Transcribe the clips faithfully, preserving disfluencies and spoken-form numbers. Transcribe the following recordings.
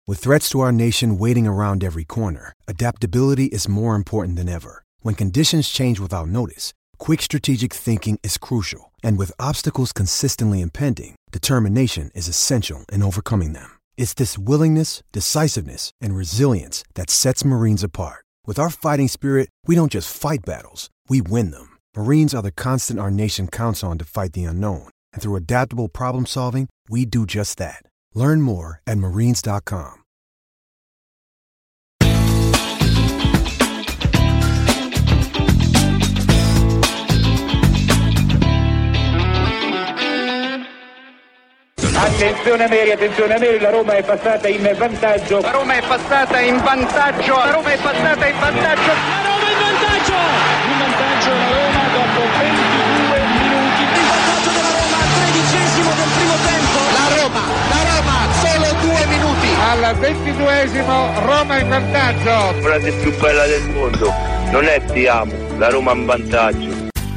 With threats to our nation waiting around every corner, adaptability is more important than ever. When conditions change without notice, quick strategic thinking is crucial. And with obstacles consistently impending, determination is essential in overcoming them. It's this willingness, decisiveness, and resilience that sets Marines apart. With our fighting spirit, we don't just fight battles, we win them. Marines are the constant our nation counts on to fight the unknown. And through adaptable problem solving, we do just that. Learn more at marines dot com. Attenzione Neri, attenzione Neri, la Roma è passata in vantaggio. La Roma è passata in vantaggio. La Roma è passata in vantaggio. La Roma in vantaggio. In vantaggio la Roma dopo ventidue minuti. Il vantaggio della Roma al tredicesimo del primo tempo. La Roma, la Roma, solo due minuti. Al ventiduesimo Roma in vantaggio. La frase più bella del mondo non è ti amo, la Roma in vantaggio.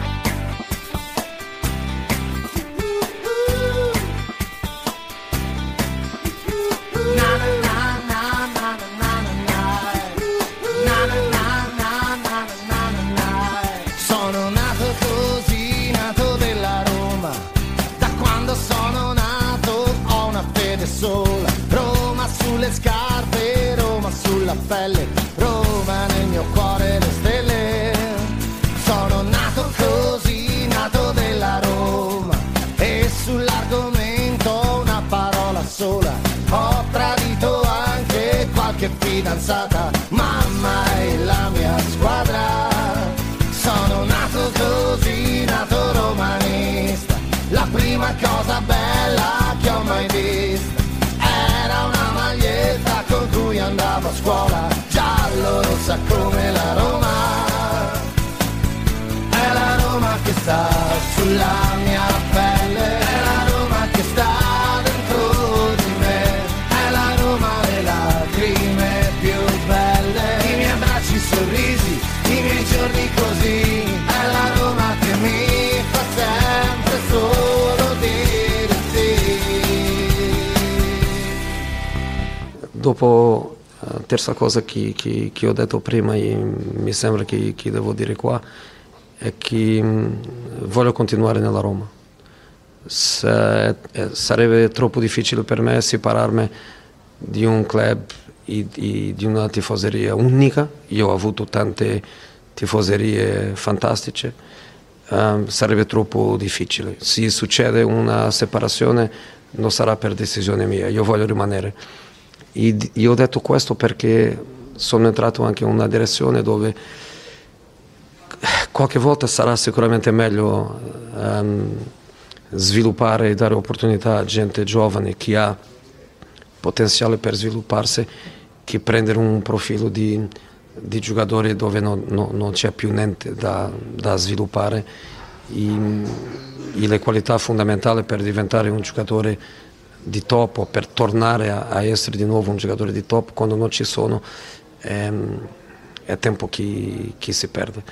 Roma sulle scarpe, Roma sulla pelle, Roma nel mio cuore le stelle. Sono nato così, nato della Roma, e sull'argomento una parola sola. Ho tradito anche qualche fidanzata, mamma è la mia squadra. Sono nato così, nato romanista, la prima cosa bella che ho mai visto era una maglietta con cui andavo a scuola, giallo-rossa come la Roma. È la Roma che sta sulla mia pelle, è la Roma che sta dentro di me, è la Roma le lacrime più belle, i miei abbracci, i sorrisi, i miei giorni così, è la Roma che mi fa sempre solo dire sì. Dopo la terza cosa che, che, che ho detto prima e mi sembra che, che devo dire qua è che mh, voglio continuare nella Roma. Se, eh, sarebbe troppo difficile per me separarmi di un club e, e di una tifoseria unica. Io ho avuto tante tifoserie fantastiche, um, sarebbe troppo difficile. Se succede una separazione non sarà per decisione mia, io voglio rimanere. E io ho detto questo perché sono entrato anche in una direzione dove qualche volta sarà sicuramente meglio um, sviluppare e dare opportunità a gente giovane che ha potenziale per svilupparsi, che prendere un profilo di, di giocatori dove non, no, non c'è più niente da, da sviluppare e, e le qualità fondamentali per diventare un giocatore di top o per tornare a, a essere di nuovo un giocatore di top quando non ci sono ehm, è tempo che, che si perde.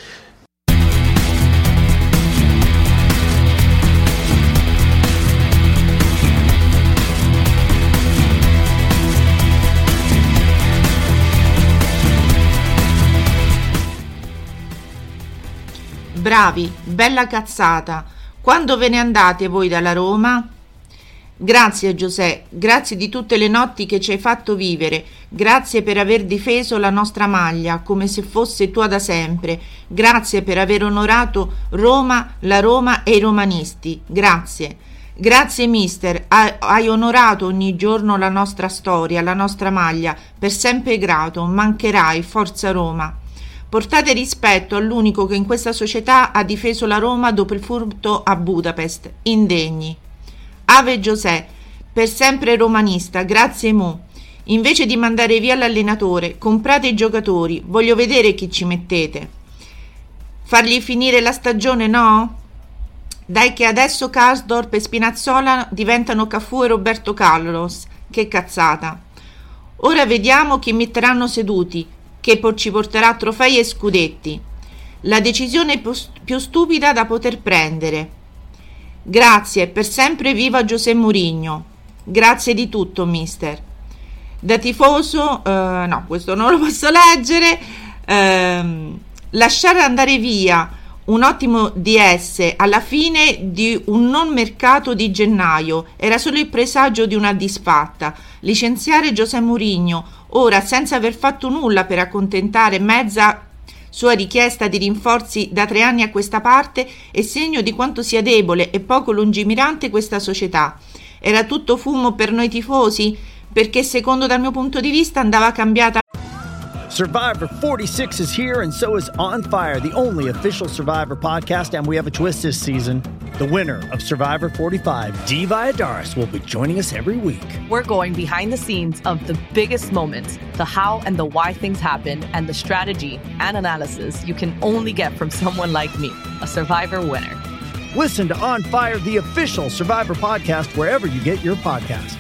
Bravi, bella cazzata. Quando ve ne andate voi dalla Roma? Grazie Giuseppe, grazie di tutte le notti che ci hai fatto vivere, grazie per aver difeso la nostra maglia come se fosse tua da sempre, grazie per aver onorato Roma, la Roma e i romanisti, grazie. Grazie mister, hai onorato ogni giorno la nostra storia, la nostra maglia, per sempre grato, mancherai, forza Roma. Portate rispetto all'unico che in questa società ha difeso la Roma dopo il furto a Budapest, indegni. Ave Giuseppe, per sempre romanista, grazie mo. Invece di mandare via l'allenatore, comprate i giocatori, voglio vedere chi ci mettete. Fargli finire la stagione, no? Dai che adesso Karsdorp e Spinazzola diventano Cafu e Roberto Carlos, che cazzata. Ora vediamo chi metteranno seduti, che ci porterà trofei e scudetti. La decisione più stupida da poter prendere. Grazie, per sempre viva José Mourinho. Grazie di tutto, mister. Da tifoso, eh, no, questo non lo posso leggere. Eh, lasciare andare via un ottimo D S alla fine di un non mercato di gennaio era solo il presagio di una disfatta. Licenziare José Mourinho ora senza aver fatto nulla per accontentare mezza sua richiesta di rinforzi da tre anni a questa parte è segno di quanto sia debole e poco lungimirante questa società. Era tutto fumo per noi tifosi? Perché secondo dal mio punto di vista andava cambiata. Survivor forty-six is here, and so is On Fire, the only official Survivor podcast, and we have a twist this season. The winner of Survivor forty-five, Dee Valladares, will be joining us every week. We're going behind the scenes of the biggest moments, the how and the why things happen, and the strategy and analysis you can only get from someone like me, a Survivor winner. Listen to On Fire, the official Survivor podcast, wherever you get your podcast.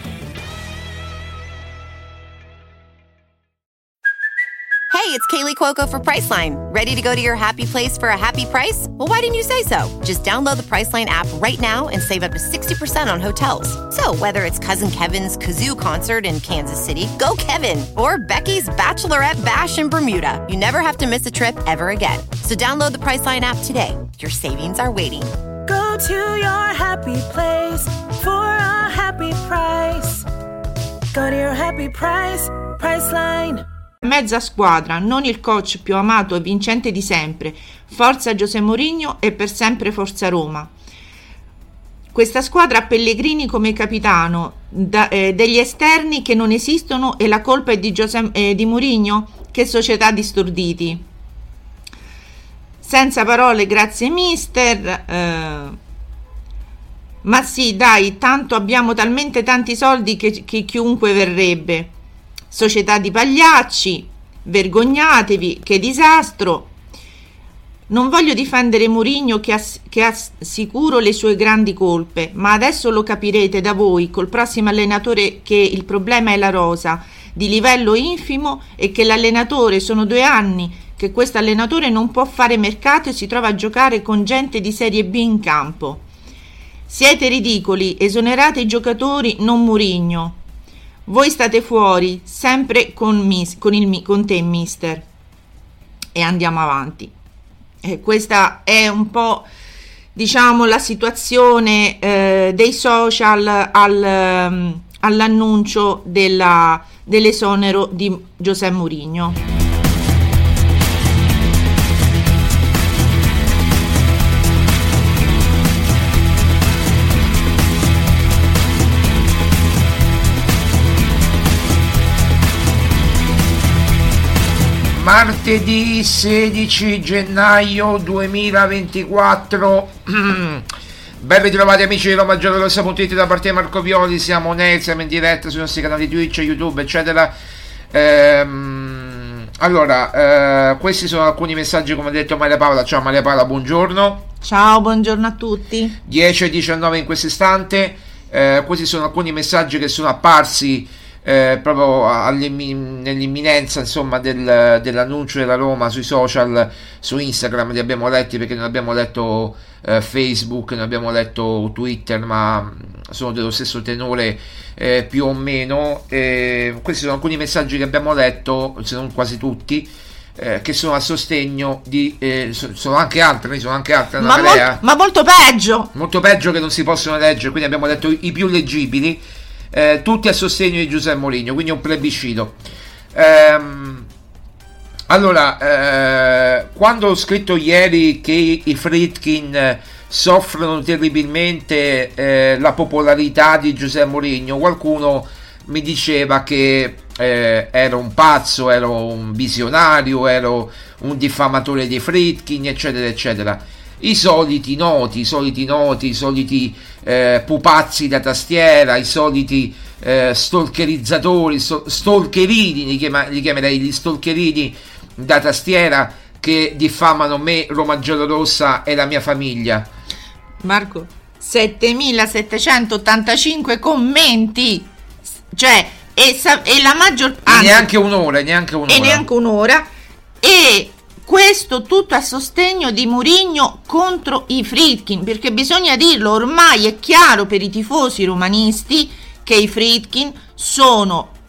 Hey, it's Kaylee Cuoco for Priceline. Ready to go to your happy place for a happy price? Well, why didn't you say so? Just download the Priceline app right now and save up to sixty percent on hotels. So whether it's Cousin Kevin's Kazoo Concert in Kansas City, go Kevin, or Becky's Bachelorette Bash in Bermuda, you never have to miss a trip ever again. So download the Priceline app today. Your savings are waiting. Go to your happy place for a happy price. Go to your happy price, Priceline. Mezza squadra, non il coach più amato e vincente di sempre. Forza José Mourinho e per sempre forza Roma. Questa squadra ha Pellegrini come capitano, da, eh, degli esterni che non esistono e la colpa è di, José, eh, di Mourinho? Che società di storditi. Senza parole, grazie mister. Eh, ma sì, dai, tanto abbiamo talmente tanti soldi che, che chiunque verrebbe. Società di pagliacci, vergognatevi, che disastro. Non voglio difendere Mourinho che ha, che ha sicuro le sue grandi colpe, ma adesso lo capirete da voi col prossimo allenatore che il problema è la rosa, di livello infimo, e che l'allenatore sono due anni che questo allenatore non può fare mercato e si trova a giocare con gente di Serie B in campo. Siete ridicoli, esonerate i giocatori, non Mourinho. Voi state fuori, sempre con, mis- con, il, con te, mister. E andiamo avanti. E questa è un po', diciamo, la situazione eh, dei social al, um, all'annuncio della, dell'esonero di José Mourinho. Martedì sedici gennaio duemilaventiquattro. Ben ritrovati amici di Roma Giallorossa punto it da parte di Marco Violi. Siamo on air, siamo in diretta sui nostri canali Twitch, YouTube, eccetera. Ehm, allora, eh, questi sono alcuni messaggi, come ha detto Maria Paola. Ciao Maria Paola, buongiorno. Ciao, buongiorno a tutti. dieci e diciannove in questo istante. Eh, questi sono alcuni messaggi che sono apparsi Eh, proprio nell'imminenza, insomma, del, dell'annuncio della Roma sui social, su Instagram. Li abbiamo letti perché non abbiamo letto eh, Facebook, non abbiamo letto Twitter, ma sono dello stesso tenore eh, più o meno. Eh, questi sono alcuni messaggi che abbiamo letto, se non quasi tutti, eh, che sono a sostegno di eh, sono anche altre, sono anche altre ma, molt- ma molto peggio molto peggio che non si possono leggere, quindi abbiamo letto i più leggibili. Eh, tutti a sostegno di José Mourinho, quindi un plebiscito. Ehm, allora, eh, quando ho scritto ieri che i Friedkin soffrono terribilmente eh, la popolarità di José Mourinho, qualcuno mi diceva che eh, ero un pazzo, ero un visionario, ero un diffamatore dei Friedkin, eccetera, eccetera. I soliti noti, i soliti noti, i soliti eh, pupazzi da tastiera, i soliti eh, stalkerizzatori, sto- stalkerini, li, chiama- li chiamerei gli stalkerini da tastiera, che diffamano me, Roma Giallorossa e la mia famiglia. Marco, settemilasettecentottantacinque commenti, cioè, e, sa- e la maggior parte... Neanche un'ora, neanche un'ora. E neanche un'ora, e... questo tutto a sostegno di Mourinho contro i Friedkin, perché bisogna dirlo, ormai è chiaro per i tifosi romanisti che i Friedkin sono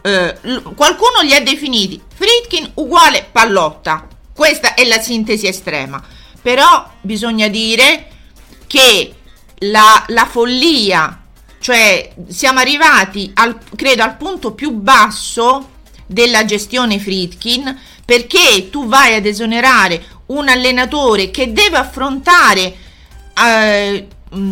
eh, qualcuno li ha definiti Friedkin uguale Pallotta. Questa è la sintesi estrema. Però bisogna dire che la, la follia, cioè siamo arrivati al, credo al punto più basso della gestione Friedkin, perché tu vai ad esonerare un allenatore che deve affrontare eh,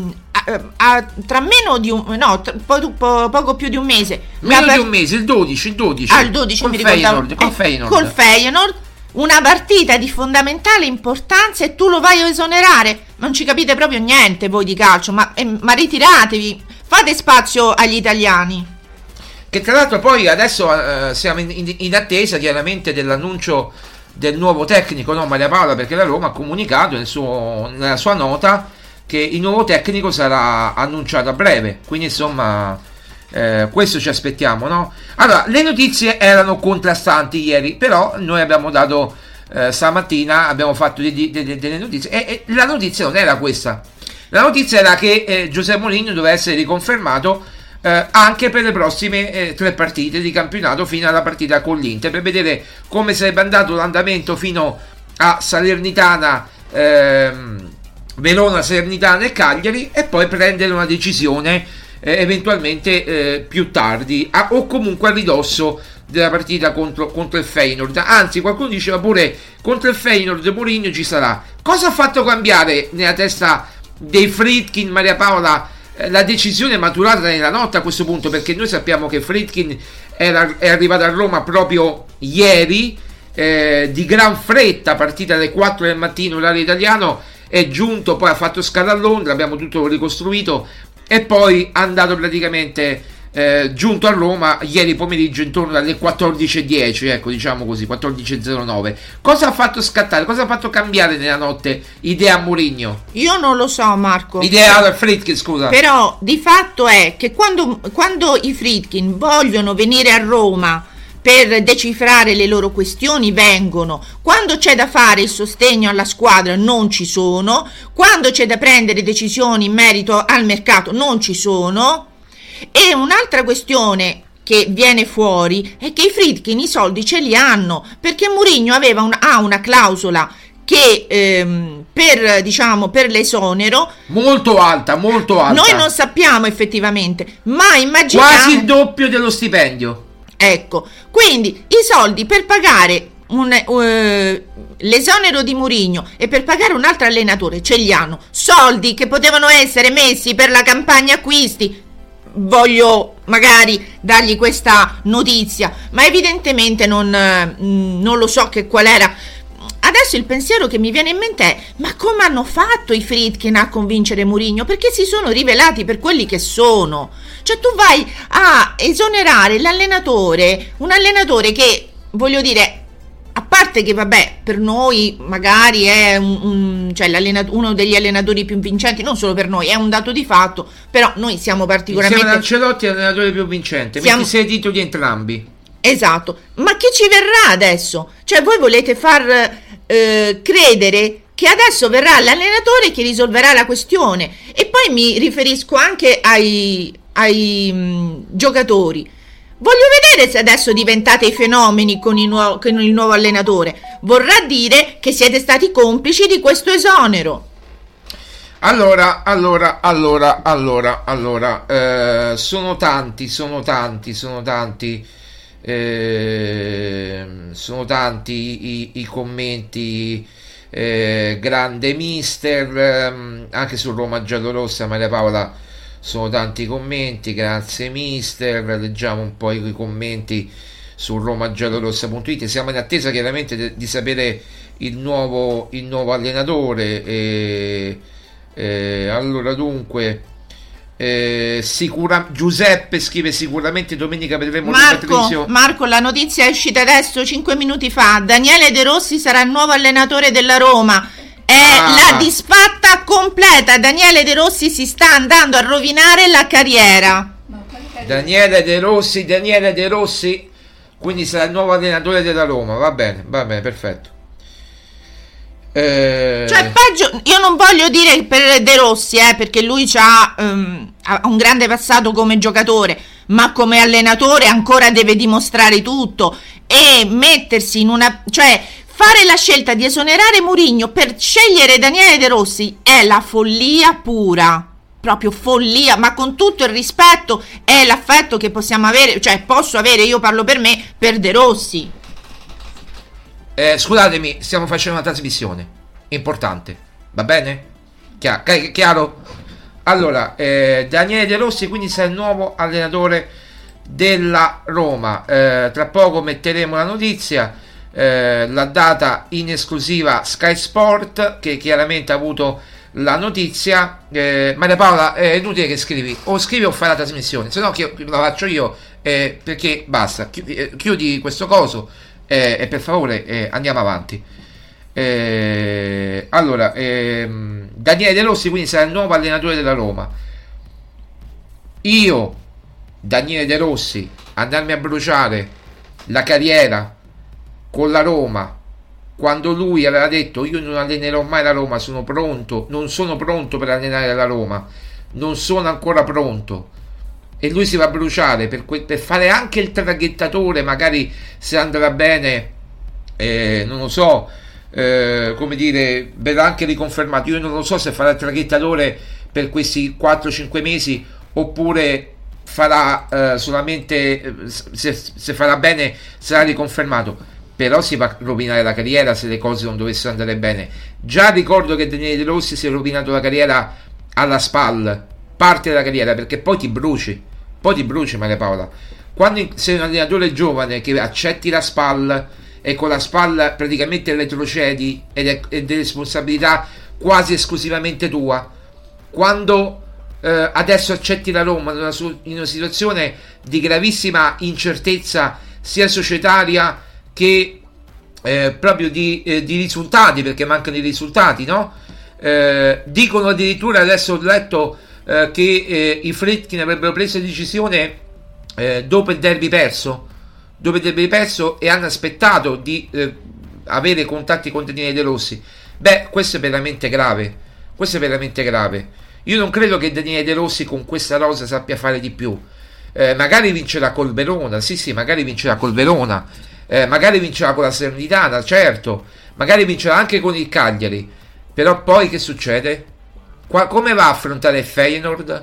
a, a, tra meno di un no tra, po, po, poco più di un mese meno per, di un mese il dodici il dodici ah, il dodici col mi Feyenoord, eh, col Feyenoord. col Feyenoord, una partita di fondamentale importanza e tu lo vai a esonerare. Non ci capite proprio niente voi di calcio, ma, eh, ma ritiratevi, fate spazio agli italiani. Che tra l'altro poi adesso eh, siamo in, in, in attesa chiaramente dell'annuncio del nuovo tecnico, no Maria Paola, perché la Roma ha comunicato nel suo, nella sua nota che il nuovo tecnico sarà annunciato a breve, quindi insomma eh, questo ci aspettiamo, no? Allora, le notizie erano contrastanti ieri, però noi abbiamo dato eh, stamattina abbiamo fatto de, de, de, delle notizie e, e la notizia non era questa. La notizia era che eh, Giuseppe Mourinho doveva essere riconfermato eh, anche per le prossime eh, tre partite di campionato fino alla partita con l'Inter, per vedere come sarebbe andato l'andamento fino a Salernitana, ehm, Verona, Salernitana e Cagliari, e poi prendere una decisione eh, eventualmente eh, più tardi a, o comunque a ridosso della partita contro, contro il Feyenoord. Anzi, qualcuno diceva pure contro il Feyenoord Mourinho ci sarà. Cosa ha fatto cambiare nella testa dei Friedkin, Maria Paola, eh, la decisione maturata nella notte a questo punto? Perché noi sappiamo che Friedkin era, è arrivato a Roma proprio ieri, eh, di gran fretta, partita alle quattro del mattino orario italiano, è giunto, poi ha fatto scala a Londra, abbiamo tutto ricostruito e poi è andato praticamente eh, giunto a Roma ieri pomeriggio intorno alle quattordici e dieci, ecco, diciamo così, quattordici e zero nove. Cosa ha fatto scattare, cosa ha fatto cambiare nella notte idea a Mourinho? Io non lo so, Marco. Idea alla Friedkin, scusa. Però di fatto è che quando, quando i Friedkin vogliono venire a Roma per decifrare le loro questioni vengono, quando c'è da fare il sostegno alla squadra non ci sono, quando c'è da prendere decisioni in merito al mercato non ci sono. E un'altra questione che viene fuori è che i Friedkin i soldi ce li hanno, perché Mourinho aveva un, ha una clausola che ehm, per diciamo per l'esonero molto alta, molto alta. Noi non sappiamo effettivamente, ma immaginiamo quasi il doppio dello stipendio. Ecco, quindi i soldi per pagare un, uh, l'esonero di Mourinho e per pagare un altro allenatore ce li hanno, soldi che potevano essere messi per la campagna acquisti. Voglio magari dargli questa notizia, ma evidentemente non, non lo so che qual era. Adesso il pensiero che mi viene in mente è: ma come hanno fatto i Friedkin a convincere Mourinho? Perché si sono rivelati per quelli che sono. Cioè tu vai a esonerare l'allenatore, un allenatore che, voglio dire, a parte che vabbè, per noi magari è un, un, cioè uno degli allenatori più vincenti, non solo per noi, è un dato di fatto, però noi siamo particolarmente... Insieme ad Ancelotti è l'allenatore più vincente, siamo... metti sei titoli entrambi. Esatto, ma che ci verrà adesso? Cioè voi volete far eh, credere che adesso verrà l'allenatore che risolverà la questione? E poi mi riferisco anche ai, ai mh, giocatori. Voglio vedere se adesso diventate i fenomeni con il, nuovo, con il nuovo allenatore. Vorrà dire che siete stati complici di questo esonero. Allora, allora, allora, allora, allora, eh, sono tanti, sono tanti, sono tanti, eh, sono tanti i, i commenti, eh, grande mister, eh, anche su Roma Giallorossa, Maria Paola. Sono tanti commenti, grazie mister, leggiamo un po' i commenti su roma giallorossa punto it. Siamo in attesa chiaramente de- di sapere il nuovo, il nuovo allenatore. E, e, allora dunque, eh, sicura, Giuseppe scrive sicuramente domenica vedremo Marco, Marco, la notizia è uscita adesso cinque minuti fa. Daniele De Rossi sarà il nuovo allenatore della Roma. È ah. la disfatta completa. Daniele De Rossi si sta andando a rovinare la carriera. Daniele De Rossi, Daniele De Rossi, quindi sarà il nuovo allenatore della Roma. Va bene, va bene, perfetto. Eh... Cioè, peggio, io non voglio dire per De Rossi, eh, perché lui c'ha, um, ha un grande passato come giocatore, ma come allenatore ancora deve dimostrare tutto e mettersi in una, cioè fare la scelta di esonerare Mourinho per scegliere Daniele De Rossi è la follia pura, proprio follia, ma con tutto il rispetto e l'affetto che possiamo avere, cioè posso avere, io parlo per me, per De Rossi. Eh, scusatemi, stiamo facendo una trasmissione importante, va bene? Chiaro? chiaro? Allora, eh, Daniele De Rossi quindi sarà il nuovo allenatore della Roma. Eh, tra poco metteremo la notizia, eh, l'ha data in esclusiva Sky Sport, che chiaramente ha avuto la notizia. eh, Maria Paola, è inutile che scrivi, o scrivi o fai la trasmissione, se no che la faccio io, eh, perché basta, chiudi, chiudi questo coso eh, e per favore eh, andiamo avanti. Eh, allora, ehm, Daniele De Rossi quindi sarà il nuovo allenatore della Roma. Io, Daniele De Rossi, andarmi a bruciare la carriera con la Roma quando lui aveva detto io non allenerò mai la Roma, sono pronto, non sono pronto per allenare la Roma, non sono ancora pronto, e lui si va a bruciare per, que- per fare anche il traghettatore, magari se andrà bene, eh, non lo so, eh, come dire, verrà anche riconfermato. Io non lo so se farà il traghettatore per questi quattro cinque mesi oppure farà eh, solamente, se, se farà bene sarà riconfermato, però si va a rovinare la carriera se le cose non dovessero andare bene. Già ricordo che Daniele De Rossi si è rovinato la carriera alla SPAL, parte della carriera, perché poi ti bruci, poi ti bruci Maria Paola. Quando sei un allenatore giovane che accetti la SPAL e con la SPAL praticamente retrocedi ed è, è di responsabilità quasi esclusivamente tua, quando eh, adesso accetti la Roma in una, in una situazione di gravissima incertezza sia societaria che eh, proprio di, eh, di risultati, perché mancano i risultati, no? Eh, dicono addirittura, adesso ho letto eh, che eh, i Friedkin avrebbero preso la decisione eh, dopo il derby perso dopo il derby perso e hanno aspettato di eh, avere contatti con Daniele De Rossi. Beh, questo è veramente grave, questo è veramente grave. Io non credo che Daniele De Rossi con questa rosa sappia fare di più. Eh, magari vincerà col Verona, sì sì, magari vincerà col Verona, eh, magari vincerà con la Salernitana, certo, magari vincerà anche con il Cagliari, però poi che succede? Qua, come va a affrontare il Feyenoord?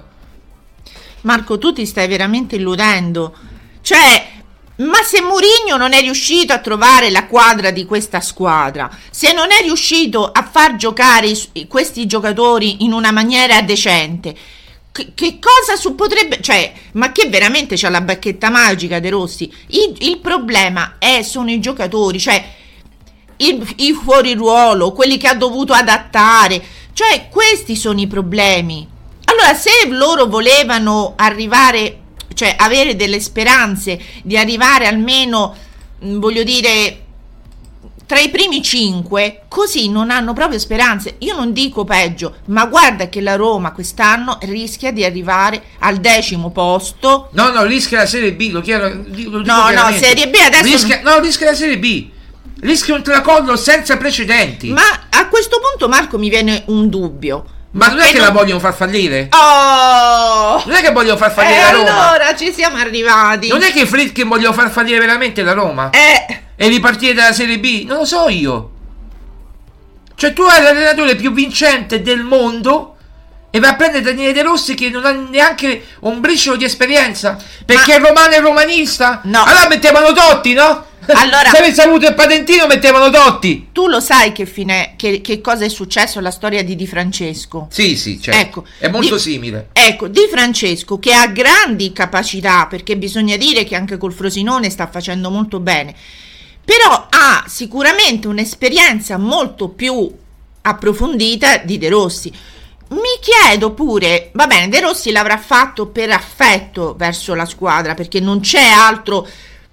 Marco, tu ti stai veramente illudendo, cioè, ma se Mourinho non è riuscito a trovare la quadra di questa squadra, se non è riuscito a far giocare i, questi giocatori in una maniera decente, che, che cosa su potrebbe, cioè, ma che veramente c'ha la bacchetta magica De Rossi? Il, il problema è, sono i giocatori, cioè il, i fuori ruolo, quelli che ha dovuto adattare, cioè questi sono i problemi. Allora, se loro volevano arrivare, cioè avere delle speranze di arrivare almeno, voglio dire, tra i primi cinque, così non hanno proprio speranze. Io non dico peggio, ma guarda che la Roma quest'anno rischia di arrivare al decimo posto. No, no, rischia la Serie B, lo chiedo, lo dico no, no, Serie B adesso rischia, no, rischia la Serie B, rischia un tracollo senza precedenti. Ma a questo punto, Marco, mi viene un dubbio. Ma non è che non... la vogliono far fallire? Oh! Non è che vogliono far fallire eh, la Roma? Allora ci siamo arrivati. Non è che i Friedkin vogliono far fallire veramente la Roma? Eh. E ripartire dalla Serie B? Non lo so io. Cioè tu hai l'allenatore più vincente del mondo e vai a prendere Daniele De Rossi che non ha neanche un briciolo di esperienza, perché Ma... è romano e romanista? No. Allora mettevano Totti, no? Allora, se avesse avuto il patentino mettevano Totti. Tu lo sai che fine, che, che cosa è successo alla storia di Di Francesco? Sì, sì, certo. Ecco, è molto di, simile. Ecco, Di Francesco, che ha grandi capacità, perché bisogna dire che anche col Frosinone sta facendo molto bene, però ha sicuramente un'esperienza molto più approfondita di De Rossi. Mi chiedo pure, va bene, De Rossi l'avrà fatto per affetto verso la squadra, perché non c'è altro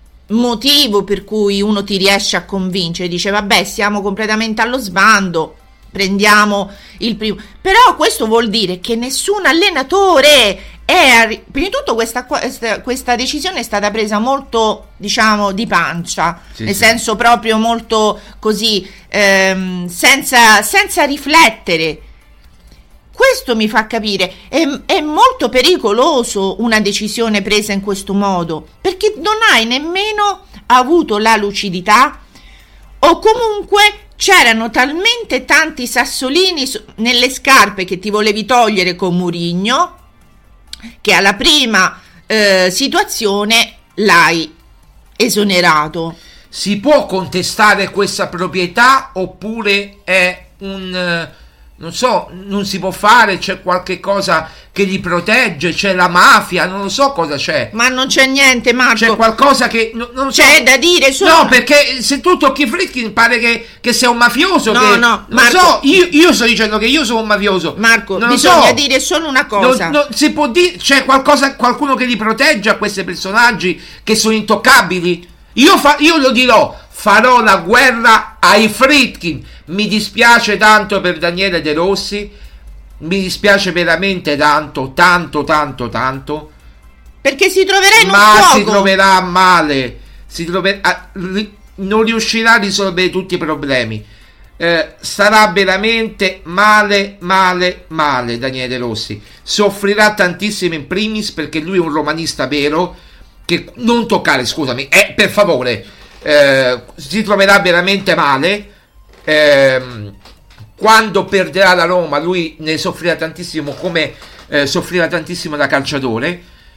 motivo per cui uno ti riesce a convincere, dice vabbè, siamo completamente allo sbando, prendiamo il primo, però questo vuol dire che nessun allenatore è arri- prima di tutto questa, questa, questa decisione è stata presa molto, diciamo, di pancia, sì, nel sì. senso proprio molto così, ehm, senza, senza riflettere. Questo mi fa capire, è, è molto pericoloso una decisione presa in questo modo, perché non hai nemmeno avuto la lucidità, o comunque c'erano talmente tanti sassolini nelle scarpe che ti volevi togliere con Mourinho, che alla prima eh, situazione l'hai esonerato. Si può contestare questa proprietà oppure è un... non so, non si può fare, c'è qualche cosa che li protegge, c'è la mafia, non lo so cosa c'è. Ma non c'è niente, Marco. C'è qualcosa che no, non c'è so. da dire solo... No, perché se tu tocchi Friedkin pare che, che sei un mafioso. No, che, no, non Marco, so, io, io sto dicendo che io sono un mafioso. Marco, non bisogna so. dire solo una cosa. Non, non si può dire, c'è qualcosa, qualcuno che li protegge a questi personaggi che sono intoccabili? Io, fa, io lo dirò, farò la guerra ai Friedkin. Mi dispiace tanto per Daniele De Rossi, mi dispiace veramente tanto, tanto, tanto, tanto. Perché si troverà in un ma fuoco. si troverà male, si troverà, non riuscirà a risolvere tutti i problemi. Eh, sarà veramente male, male, male Daniele De Rossi. Soffrirà tantissimo in primis perché lui è un romanista vero. Che non toccare, scusami, eh, per favore. Eh, si troverà veramente male. Eh, quando perderà la Roma lui ne soffrirà tantissimo, come eh, soffrirà tantissimo da calciatore.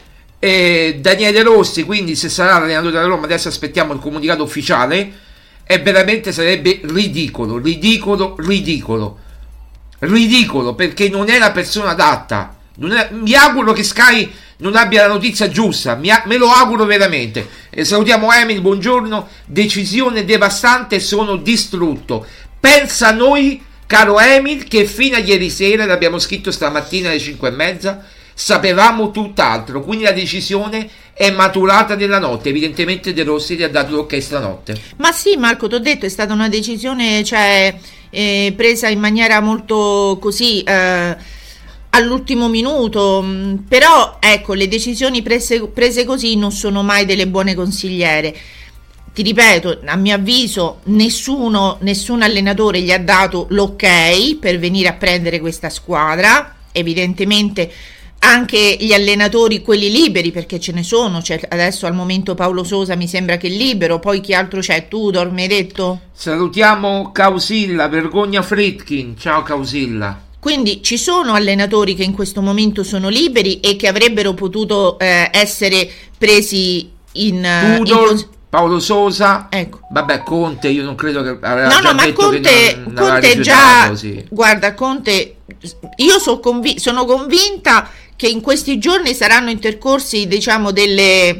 E Daniele Rossi, quindi, se sarà l'allenatore della Roma, adesso aspettiamo il comunicato ufficiale, e veramente sarebbe ridicolo, ridicolo, ridicolo ridicolo, perché non è la persona adatta. Non è, mi auguro che Sky non abbia la notizia giusta, mi, me lo auguro veramente. E salutiamo Emil, buongiorno. Decisione devastante, sono distrutto. Pensa a noi, caro Emil, che fino a ieri sera, l'abbiamo scritto stamattina alle cinque e mezza, sapevamo tutt'altro, quindi la decisione è maturata nella notte. Evidentemente De Rossi gli ha dato l'ok stanotte. Ma sì, Marco, ti ho detto, è stata una decisione, cioè, eh, presa in maniera molto così... Eh, all'ultimo minuto, però ecco, le decisioni prese, prese così non sono mai delle buone consigliere. Ti ripeto, a mio avviso nessuno, nessun allenatore gli ha dato l'ok per venire a prendere questa squadra. Evidentemente anche gli allenatori, quelli liberi, perché ce ne sono, cioè adesso al momento Paolo Sosa mi sembra che è libero, poi chi altro c'è? Tudor, mi hai detto? Salutiamo Causilla, vergogna Friedkin, ciao Causilla. Quindi ci sono allenatori che in questo momento sono liberi e che avrebbero potuto eh, essere presi in, Tudor, in... Paolo Sosa, ecco. Vabbè, Conte, io non credo che aveva no, già no, ma detto Conte, che non, non Conte già, sì. Guarda, Conte, io so convi- sono convinta che in questi giorni saranno intercorsi, diciamo, delle...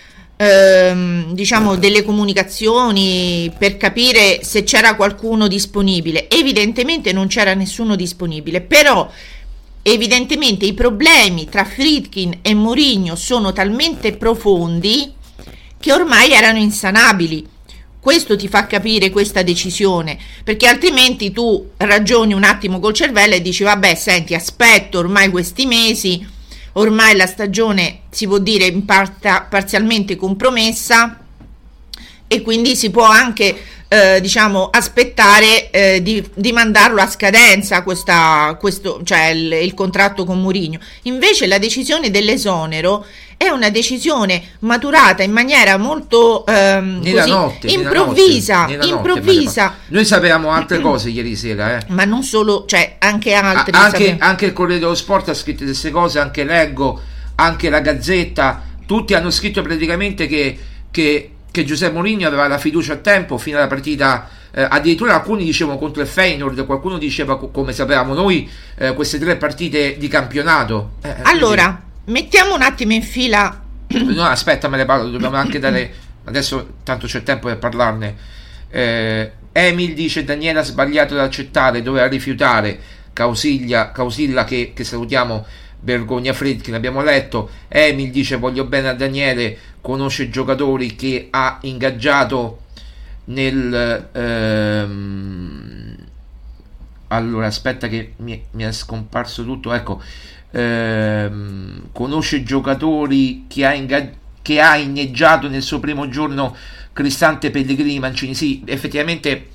Ehm, diciamo delle comunicazioni per capire se c'era qualcuno disponibile. Evidentemente non c'era nessuno disponibile, però evidentemente i problemi tra Friedkin e Mourinho sono talmente profondi che ormai erano insanabili. Questo ti fa capire questa decisione, perché altrimenti tu ragioni un attimo col cervello e dici vabbè, senti, aspetto ormai questi mesi, ormai la stagione si può dire in parte parzialmente compromessa e quindi si può anche eh, diciamo aspettare eh, di, di mandarlo a scadenza questa, questo, cioè il, il contratto con Mourinho. Invece la decisione dell'esonero è una decisione maturata in maniera molto ehm, nella così, notte, improvvisa, nella notte, improvvisa. Notte, noi sapevamo altre cose ieri sera, eh. Ma non solo, cioè anche altri. A- anche, anche il Corriere dello Sport ha scritto queste cose, anche Leggo, anche la Gazzetta, tutti hanno scritto praticamente che, che, che Giuseppe Mourinho aveva la fiducia a tempo fino alla partita. Eh, addirittura alcuni dicevano contro il Feyenoord, qualcuno diceva, come sapevamo noi, eh, queste tre partite di campionato. Eh, allora. quindi... Mettiamo un attimo in fila. No, aspetta, me ne parlo, dobbiamo anche dare. Adesso tanto c'è tempo per parlarne. Eh, Emil dice: Daniele ha sbagliato ad accettare, doveva rifiutare. Causiglia, Causilla, che, che salutiamo, vergogna Friedkin, abbiamo letto. Emil dice: voglio bene a Daniele, conosce giocatori che ha ingaggiato nel. Ehm... Allora, aspetta, che mi, mi è scomparso tutto. Ecco. Ehm, conosce giocatori che ha, ingag- che ha inneggiato nel suo primo giorno Cristante, Pellegrini, Mancini. Sì, effettivamente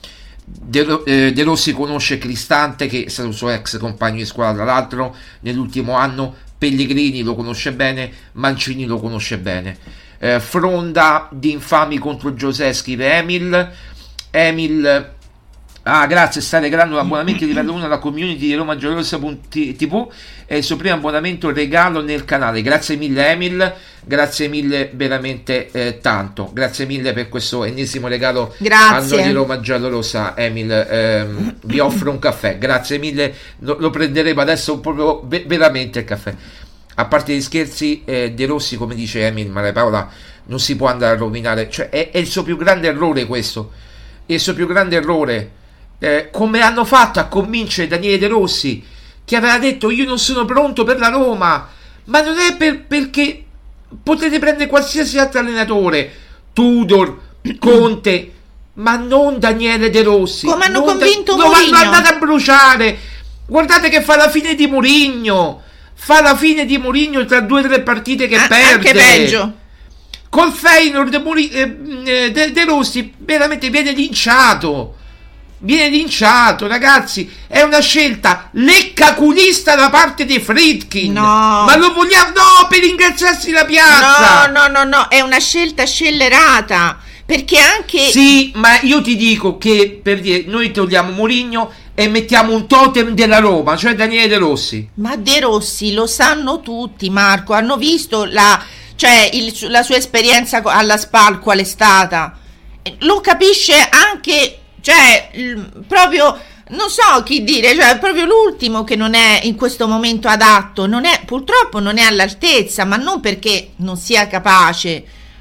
De, eh, De Rossi conosce Cristante, che è stato il suo ex compagno di squadra tra l'altro nell'ultimo anno, Pellegrini lo conosce bene, Mancini lo conosce bene. eh, Fronda di infami contro Giuseppe, scrive Emil. Emil, ah grazie, sta regalando un abbonamento di livello uno alla community di Roma Giallorossa tivù, è il suo primo abbonamento regalo nel canale. Grazie mille Emil, grazie mille veramente eh, tanto, grazie mille per questo ennesimo regalo a noi di Roma Giallorossa. Emil, ehm, vi offro un caffè, grazie mille, lo, lo prenderemo adesso proprio ve- veramente il caffè. A parte gli scherzi, eh, De Rossi, come dice Emil, Maria Paola, non si può andare a rovinare, cioè è, è il suo più grande errore questo, è il suo più grande errore. Eh, come hanno fatto a convincere Daniele De Rossi, che aveva detto io non sono pronto per la Roma, ma non è per, perché potete prendere qualsiasi altro allenatore, Tudor, Conte, ma non Daniele De Rossi. Come hanno non convinto da, Mourinho. Lo andate a bruciare. Guardate che fa la fine di Mourinho, fa la fine di Mourinho tra due o tre partite che ah, perde, anche peggio. Col Feyenoord Muri- eh, De, De Rossi veramente viene linciato. Viene linciato, ragazzi. È una scelta leccaculista da parte dei Friedkin. No. Ma lo vogliamo? No, per ringraziarsi la piazza. No, no, no, no. È una scelta scellerata. Perché anche. Sì, ma io ti dico che per dire, noi togliamo Mourinho e mettiamo un totem della Roma, cioè Daniele De Rossi. Ma De Rossi lo sanno tutti, Marco. Hanno visto la, cioè il, la sua esperienza alla SPAL qual è stata. Lo capisce anche. Cioè, proprio, non so chi dire, cioè, è proprio l'ultimo che non è in questo momento adatto, non è, purtroppo non è all'altezza, ma non perché non sia capace.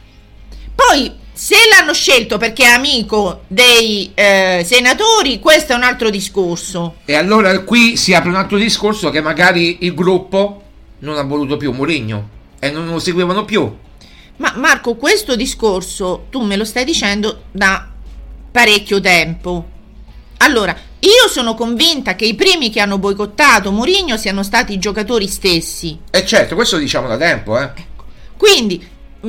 Poi, se l'hanno scelto perché è amico dei eh, senatori, questo è un altro discorso. E allora qui si apre un altro discorso, che magari il gruppo non ha voluto più Mourinho e non lo seguivano più. Ma Marco, questo discorso tu me lo stai dicendo da parecchio tempo. Allora, io sono convinta che i primi che hanno boicottato Mourinho siano stati i giocatori stessi. E certo, questo diciamo da tempo, eh. Quindi,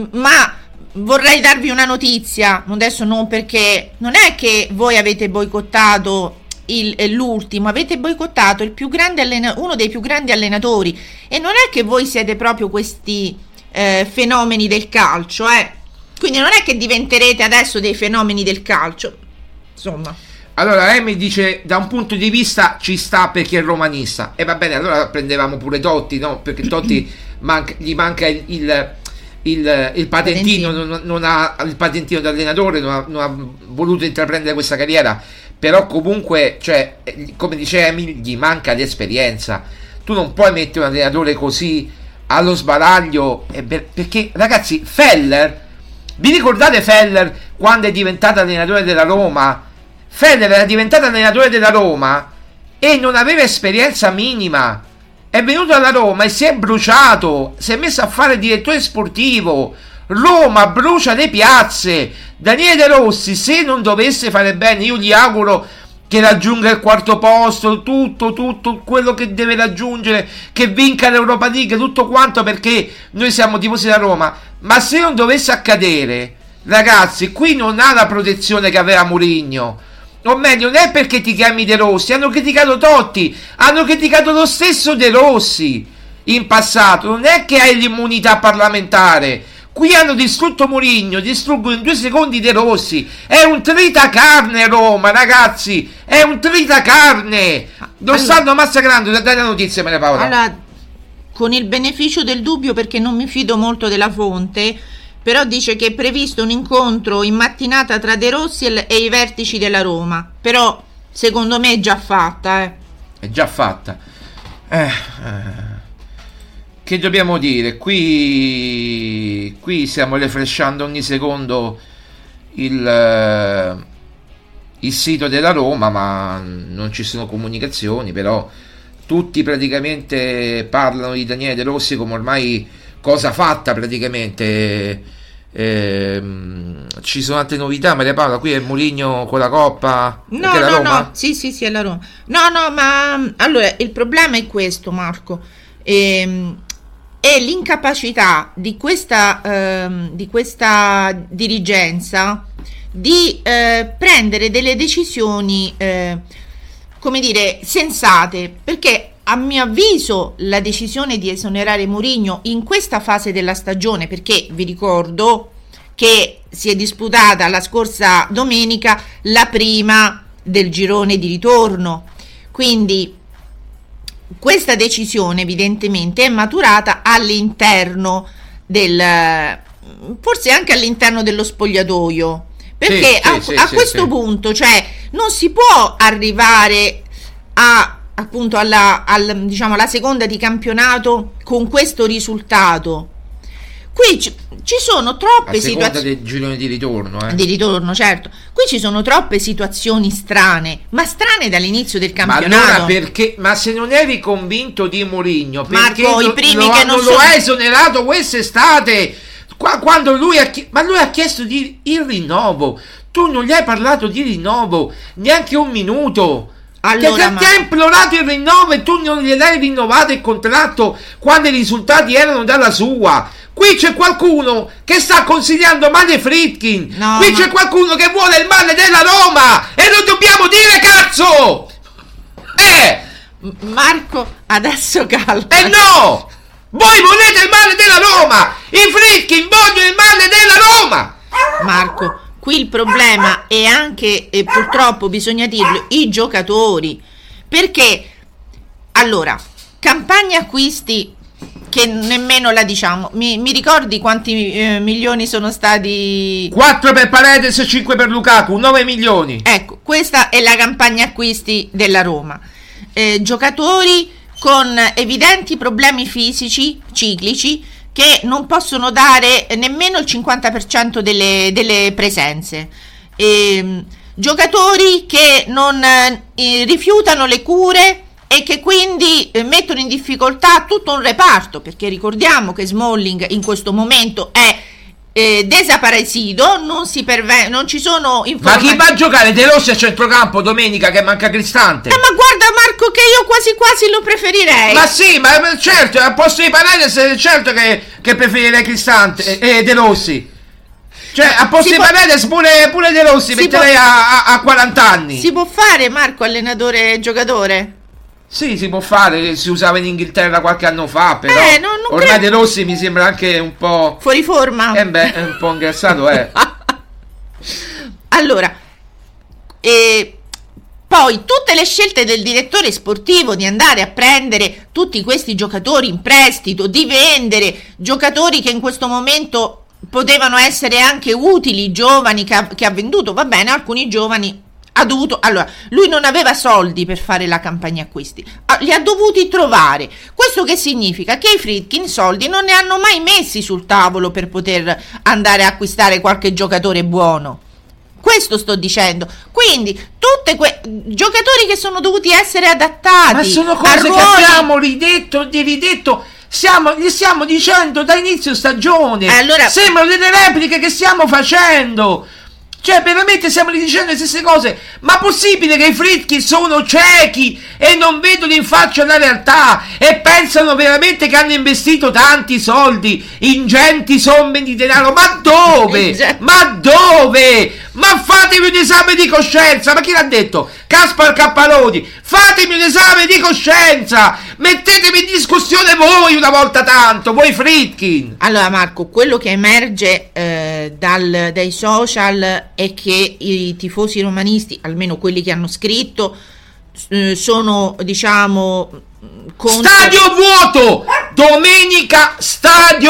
ma vorrei darvi una notizia, adesso non perché non è che voi avete boicottato il, l'ultimo, avete boicottato il più grande allena- uno dei più grandi allenatori, e non è che voi siete proprio questi eh, fenomeni del calcio, eh. Quindi non è che diventerete adesso dei fenomeni del calcio, insomma. Allora Emi dice, da un punto di vista ci sta perché è romanista, e va bene, allora prendevamo pure Totti, no? Perché Totti manca, gli manca il, il, il, il patentino, non, non ha il patentino da allenatore, non ha, non ha voluto intraprendere questa carriera, però comunque, cioè, come dice Emi, gli manca l'esperienza. Tu non puoi mettere un allenatore così allo sbaraglio, perché ragazzi, Feller, vi ricordate Feller quando è diventato allenatore della Roma? Feller era diventato allenatore della Roma e non aveva esperienza minima. È venuto alla Roma e si è bruciato, si è messo a fare direttore sportivo. Roma brucia le piazze. Daniele De Rossi, se non dovesse fare bene, io gli auguro che raggiunga il quarto posto, tutto, tutto quello che deve raggiungere, che vinca l'Europa League, tutto quanto, perché noi siamo tifosi da Roma. Ma se non dovesse accadere, ragazzi, qui non ha la protezione che aveva Mourinho. O meglio, non è perché ti chiami De Rossi, hanno criticato Totti, hanno criticato lo stesso De Rossi in passato, non è che hai l'immunità parlamentare. Qui hanno distrutto Mourinho, distruggono in due secondi De Rossi. È un tritacarne Roma, ragazzi, è un tritacarne. Lo allora, stanno massacrando. Dai la notizia, Maria Paola. Allora, con il beneficio del dubbio, perché non mi fido molto della fonte, però dice che è previsto un incontro in mattinata tra De Rossi e i vertici della Roma. Però secondo me è già fatta, eh. È già fatta. Eh, eh, che dobbiamo dire? Qui, qui stiamo refreshando ogni secondo il, eh, il sito della Roma, ma non ci sono comunicazioni. Però tutti praticamente parlano di Daniele De Rossi come ormai cosa fatta praticamente. Eh, ci sono altre novità, Maria Paola? Qui è Mourinho con la Coppa. No, è la no, Roma? no, sì, sì, sì, è la Roma. No, no, ma allora il problema è questo, Marco. Ehm, è l'incapacità di questa, ehm, di questa dirigenza di eh, prendere delle decisioni eh, come dire sensate, perché a mio avviso la decisione di esonerare Mourinho in questa fase della stagione, perché vi ricordo che si è disputata la scorsa domenica la prima del girone di ritorno, quindi questa decisione evidentemente è maturata all'interno del, forse anche all'interno dello spogliatoio, perché sì, a, sì, a sì, questo sì. punto, cioè, non si può arrivare a appunto alla, al, diciamo, alla seconda di campionato con questo risultato. Qui ci, ci sono troppe situazioni del girone di ritorno, eh. di ritorno, certo. Qui ci sono troppe situazioni strane, ma strane dall'inizio del campionato. Ma allora perché? Ma se non eri convinto di Mourinho, perché Marco, lo, i primi lo, che non, non sono... lo ha esonerato quest'estate? Qua, quando lui ha, ma lui ha chiesto di, il rinnovo, tu non gli hai parlato di rinnovo neanche un minuto. Allora, che, ma... ti ha implorato il rinnovo e tu non gliel'hai rinnovato il contratto quando i risultati erano dalla sua. Qui c'è qualcuno che sta consigliando male Friedkin. No, qui ma... c'è qualcuno che vuole il male della Roma e lo dobbiamo dire, cazzo. Eh Marco, adesso calma. Eh no, voi volete il male della Roma, i Friedkin vogliono il male della Roma. Marco, qui il problema è anche, e purtroppo bisogna dirlo, i giocatori, perché allora campagna acquisti che nemmeno la diciamo, mi, mi ricordi quanti eh, milioni sono stati? quattro per Paredes e cinque per Lukaku, nove milioni. Ecco, questa è la campagna acquisti della Roma. Eh, giocatori con evidenti problemi fisici ciclici che non possono dare nemmeno il cinquanta per cento delle, delle presenze, eh, giocatori che non eh, rifiutano le cure e che quindi eh, mettono in difficoltà tutto un reparto, perché ricordiamo che Smalling in questo momento è eh, desaparecido, non si perve- non ci sono informazioni. Ma chi va a giocare De Rossi a centrocampo domenica che manca Cristante? Eh, ma guarda Marco che io quasi quasi lo preferirei. Ma sì, ma certo, al posto di Paredes certo che, che preferirei Cristante e eh, De Rossi. Cioè, a posto di Paredes pure, pure De Rossi metterei può... a, a, a quaranta anni. Si può fare, Marco, allenatore e giocatore? Sì, si può fare, si usava in Inghilterra qualche anno fa, però eh, non, non ormai credo. De Rossi mi sembra anche un po' fuori forma. Eh beh, è un po' ingrassato, eh. Allora, eh, poi tutte le scelte del direttore sportivo di andare a prendere tutti questi giocatori in prestito, di vendere giocatori che in questo momento potevano essere anche utili, giovani che ha, che ha venduto, va bene, alcuni giovani ha dovuto, allora lui non aveva soldi per fare la campagna acquisti, li ha dovuti trovare. Questo che significa? Che i Friedkin soldi non ne hanno mai messi sul tavolo per poter andare a acquistare qualche giocatore buono. Questo sto dicendo. Quindi tutti quei giocatori che sono dovuti essere adattati. Ma sono cose che abbiamo ridetto e ridetto. Siamo, gli stiamo dicendo da inizio stagione. Allora, sembrano delle repliche che stiamo facendo. Cioè, veramente stiamo dicendo le stesse cose. Ma possibile che i Friedkin sono ciechi e non vedono in faccia la realtà e pensano veramente che hanno investito tanti soldi, ingenti somme di denaro? Ma dove? Ma dove? Ma fatemi un esame di coscienza. Ma chi l'ha detto? Caspar Cappaloni. Fatemi un esame di coscienza. Mettetemi in discussione voi una volta tanto, voi Friedkin. Allora Marco, quello che emerge eh, dal, dai social è che i tifosi romanisti, almeno quelli che hanno scritto, eh, sono diciamo contro... Stadio vuoto! Domenica stadio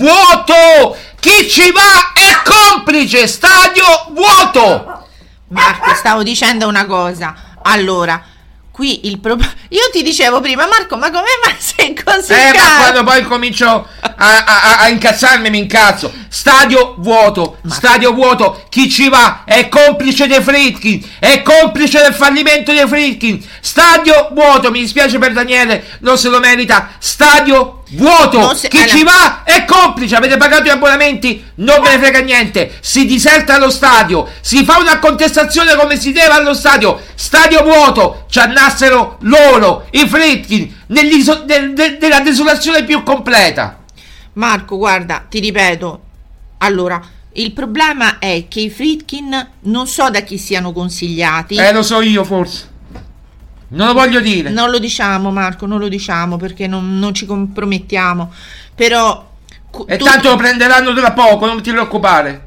vuoto! Chi ci va è complice! Stadio vuoto! Marco, stavo dicendo una cosa. Allora, qui il problema, io ti dicevo prima, Marco, ma come mai sei così eh caro? Ma quando poi comincio a, a, a incazzarmi mi incazzo. Stadio vuoto, ma... stadio vuoto, chi ci va è complice dei Friedkin, è complice del fallimento dei Friedkin. Stadio vuoto, mi dispiace per Daniele, non se lo merita. Stadio vuoto, se... chi allora... ci va è complice, avete pagato gli abbonamenti, non ve ne frega niente, si diserta allo stadio, si fa una contestazione come si deve allo stadio. Stadio vuoto, ci annassero loro, i Friedkin, nell'iso- del, del, della desolazione più completa. Marco, guarda, ti ripeto, allora il problema è che i Friedkin non so da chi siano consigliati. Eh, lo so io forse. Non lo voglio dire. Non lo diciamo, Marco, non lo diciamo perché non, non ci compromettiamo. Però E tu... tanto lo prenderanno tra poco, non ti preoccupare.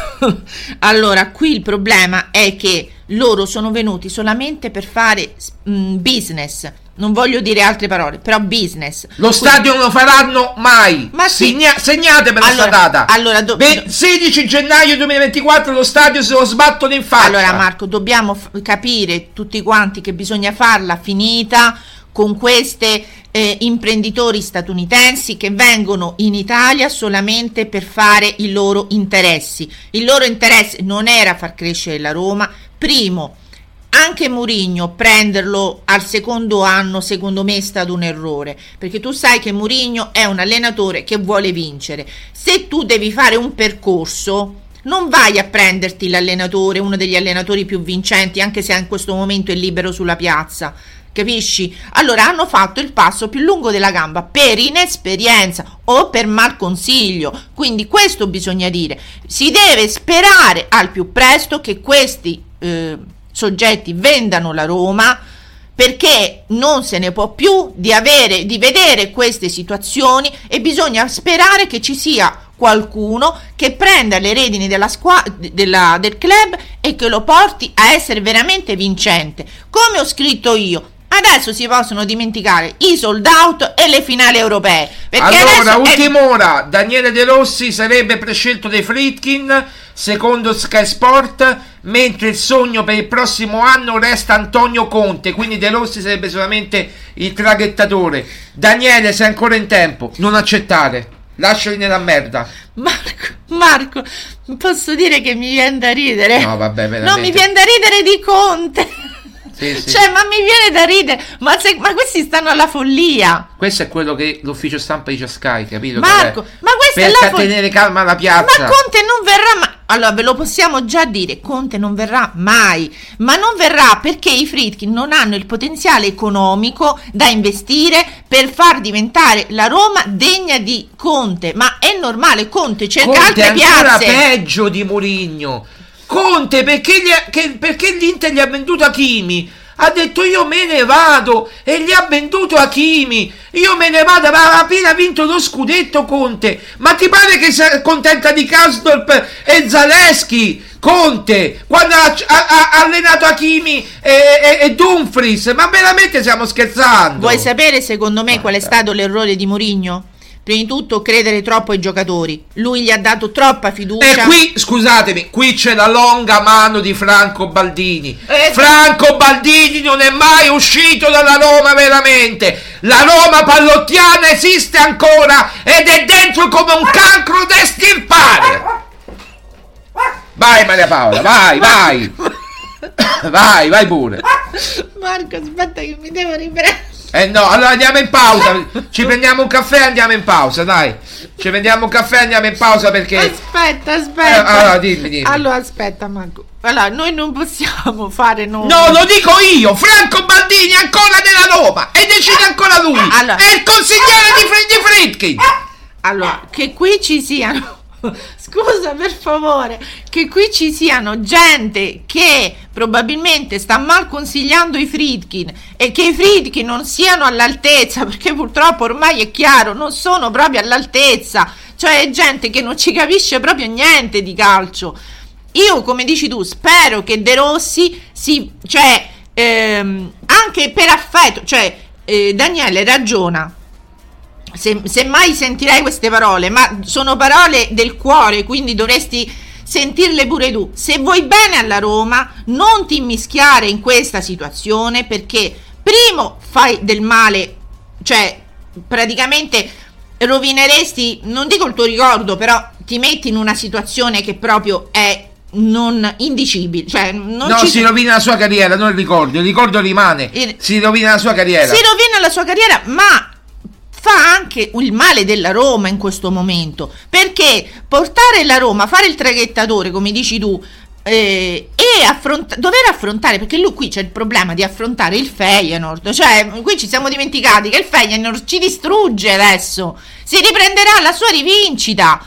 Allora, qui il problema è che loro sono venuti solamente per fare mh, business. Non voglio dire altre parole, però business. Lo Quindi... stadio non lo faranno mai. Ma Segna... sì. Segnate per allora, questa data. Allora, do... Beh, sedici gennaio duemilaventiquattro lo stadio se lo sbattono in faccia. Allora Marco, dobbiamo f- capire tutti quanti che bisogna farla finita con queste eh, imprenditori statunitensi che vengono in Italia solamente per fare i loro interessi. Il loro interesse non era far crescere la Roma. Primo, anche Mourinho prenderlo al secondo anno secondo me è stato un errore, perché tu sai che Mourinho è un allenatore che vuole vincere. Se tu devi fare un percorso, non vai a prenderti l'allenatore, uno degli allenatori più vincenti, anche se in questo momento è libero sulla piazza, capisci? Allora hanno fatto il passo più lungo della gamba per inesperienza o per mal consiglio. Quindi questo bisogna dire, si deve sperare al più presto che questi eh, soggetti vendano la Roma, perché non se ne può più di avere di vedere queste situazioni e bisogna sperare che ci sia qualcuno che prenda le redini della squa- della, del club e che lo porti a essere veramente vincente. Come ho scritto io, adesso si possono dimenticare i sold out e le finali europee, perché allora ultima è... ora Daniele De Rossi sarebbe prescelto dai Friedkin secondo Sky Sport, mentre il sogno per il prossimo anno resta Antonio Conte, quindi De Rossi sarebbe solamente il traghettatore. Daniele, sei ancora in tempo, non accettare, lasciali nella merda. Marco, Marco, posso dire che mi viene da ridere? No, vabbè, veramente. No, mi viene da ridere di Conte. Sì, sì. Cioè, ma mi viene da ridere, ma, se, ma questi stanno alla follia. Questo è quello che l'ufficio stampa dice a Sky, capito? Marco, ma questo per è la fo- tenere calma la piazza. Ma Conte non verrà mai. Allora, ve lo possiamo già dire, Conte non verrà mai, ma non verrà perché i Friedkin non hanno il potenziale economico da investire per far diventare la Roma degna di Conte. Ma è normale, Conte cerca Conte altre è ancora piazze. peggio di Mourinho. Conte perché, gli ha, che, perché l'Inter gli ha venduto Hakimi, ha detto io me ne vado e gli ha venduto Hakimi, io me ne vado, ma ha appena vinto lo scudetto Conte. Ma ti pare che sia contenta di Karsdorp e Zaleschi Conte quando ha, ha, ha allenato Hakimi e, e, e Dumfries? Ma veramente stiamo scherzando? Vuoi sapere secondo me qual è stato l'errore di Mourinho? Prima di tutto credere troppo ai giocatori, lui gli ha dato troppa fiducia. E qui, scusatemi, qui c'è la longa mano di Franco Baldini. Eh, Franco Baldini non è mai uscito dalla Roma veramente. La Roma pallottiana esiste ancora ed è dentro come un cancro da estirpare. Vai Maria Paola, vai, vai. Vai, vai pure. Marco, aspetta che mi devo riprendere. Eh no, allora andiamo in pausa. Ci prendiamo un caffè e andiamo in pausa, dai. Ci prendiamo un caffè e andiamo in pausa perché... Aspetta, aspetta. Eh, allora, dimmi, dimmi. Allora, aspetta, Marco. Allora, noi non possiamo fare noi. No, lo dico io. Franco Baldini è ancora nella Roma e decide ancora lui. Allora. È il consigliere di, Fre- di Friedkin. Allora, che qui ci siano... Scusa, per favore, che qui ci siano gente che probabilmente sta mal consigliando i Friedkin e che i Friedkin non siano all'altezza, perché purtroppo ormai è chiaro, non sono proprio all'altezza, cioè è gente che non ci capisce proprio niente di calcio. Io, come dici tu, spero che De Rossi si, cioè, ehm, anche per affetto, cioè, eh, Daniele ragiona. Se, se mai sentirai queste parole, ma sono parole del cuore, quindi dovresti sentirle pure tu. Se vuoi bene alla Roma, non ti immischiare in questa situazione, perché primo fai del male, cioè praticamente rovineresti, non dico il tuo ricordo, però ti metti in una situazione che proprio è non indicibile, cioè non no, ci si rovina la sua carriera, non il ricordo, il ricordo rimane, il... si rovina la sua carriera, si rovina la sua carriera, ma fa anche il male della Roma in questo momento, perché portare la Roma, fare il traghettatore come dici tu, eh, e affronta- dover affrontare, perché lui qui c'è il problema di affrontare il Feyenoord, cioè qui ci siamo dimenticati che il Feyenoord ci distrugge adesso, si riprenderà la sua rivincita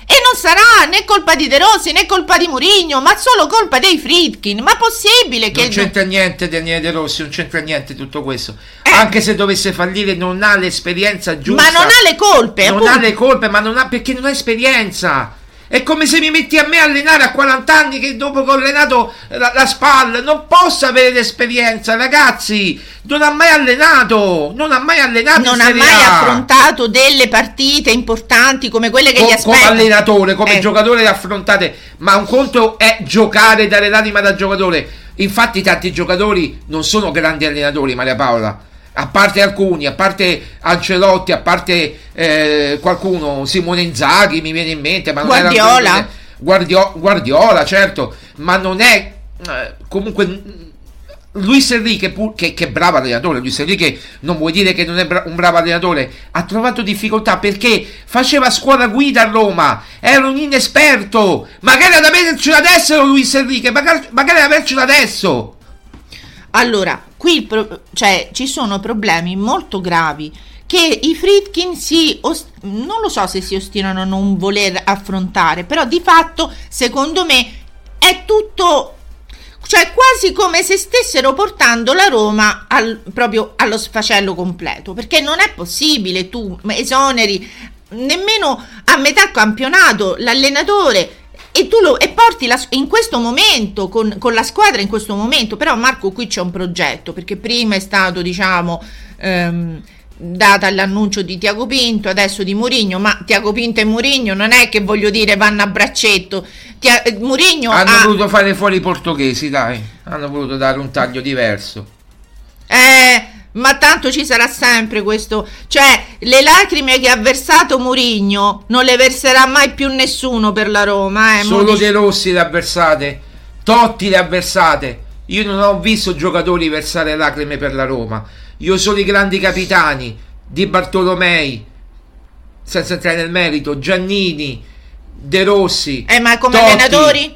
E non sarà né colpa di De Rossi né colpa di Mourinho, ma solo colpa dei Friedkin. Ma possibile che... Non c'entra niente Daniele De Rossi, non c'entra niente tutto questo. Eh. Anche se dovesse fallire non ha l'esperienza giusta. Ma non ha le colpe. Non appunto. ha le colpe, ma non ha, perché non ha esperienza. È come se mi metti a me a allenare a quaranta anni che dopo che ho allenato la, la spalla non posso avere l'esperienza, ragazzi. Non ha mai allenato, non ha mai allenato. Non ha mai A. affrontato delle partite importanti come quelle che Co- gli aspettano. Come allenatore, come eh. giocatore le affrontate, ma un conto è giocare e dare l'anima da giocatore. Infatti tanti giocatori non sono grandi allenatori, Maria Paola. A parte alcuni, a parte Ancelotti, a parte eh, qualcuno, Simone Inzaghi mi viene in mente, ma non Guardiola. Era Guardio, Guardiola, certo, ma non è eh, comunque Luis Enrique, pur, che, che bravo allenatore. Luis Enrique non vuol dire che non è bra- un bravo allenatore, ha trovato difficoltà perché faceva scuola guida a Roma, era un inesperto. Magari ad avercelo adesso Luis Enrique, magari, magari ad avercelo adesso. Allora, qui pro- cioè, ci sono problemi molto gravi che i Friedkin si ost- non lo so se si ostinano a non voler affrontare, però di fatto secondo me è tutto, cioè quasi come se stessero portando la Roma al, proprio allo sfacelo completo, perché non è possibile tu esoneri nemmeno a metà campionato l'allenatore e tu lo e porti la, in questo momento con, con la squadra in questo momento. Però Marco, qui c'è un progetto, perché prima è stato diciamo ehm, data l'annuncio di Tiago Pinto, adesso di Mourinho, ma Tiago Pinto e Mourinho non è che voglio dire vanno a braccetto. Tia, Mourinho hanno ha, voluto fare fuori i portoghesi, dai, hanno voluto dare un taglio diverso. Eh ma tanto ci sarà sempre questo, cioè le lacrime che ha versato Mourinho non le verserà mai più nessuno per la Roma, eh. Solo De Rossi le ha versate, Totti le ha versate. Io non ho visto giocatori versare lacrime per la Roma. Io sono i grandi capitani, Di Bartolomei, senza entrare nel merito, Giannini, De Rossi, eh ma come Totti. Allenatori?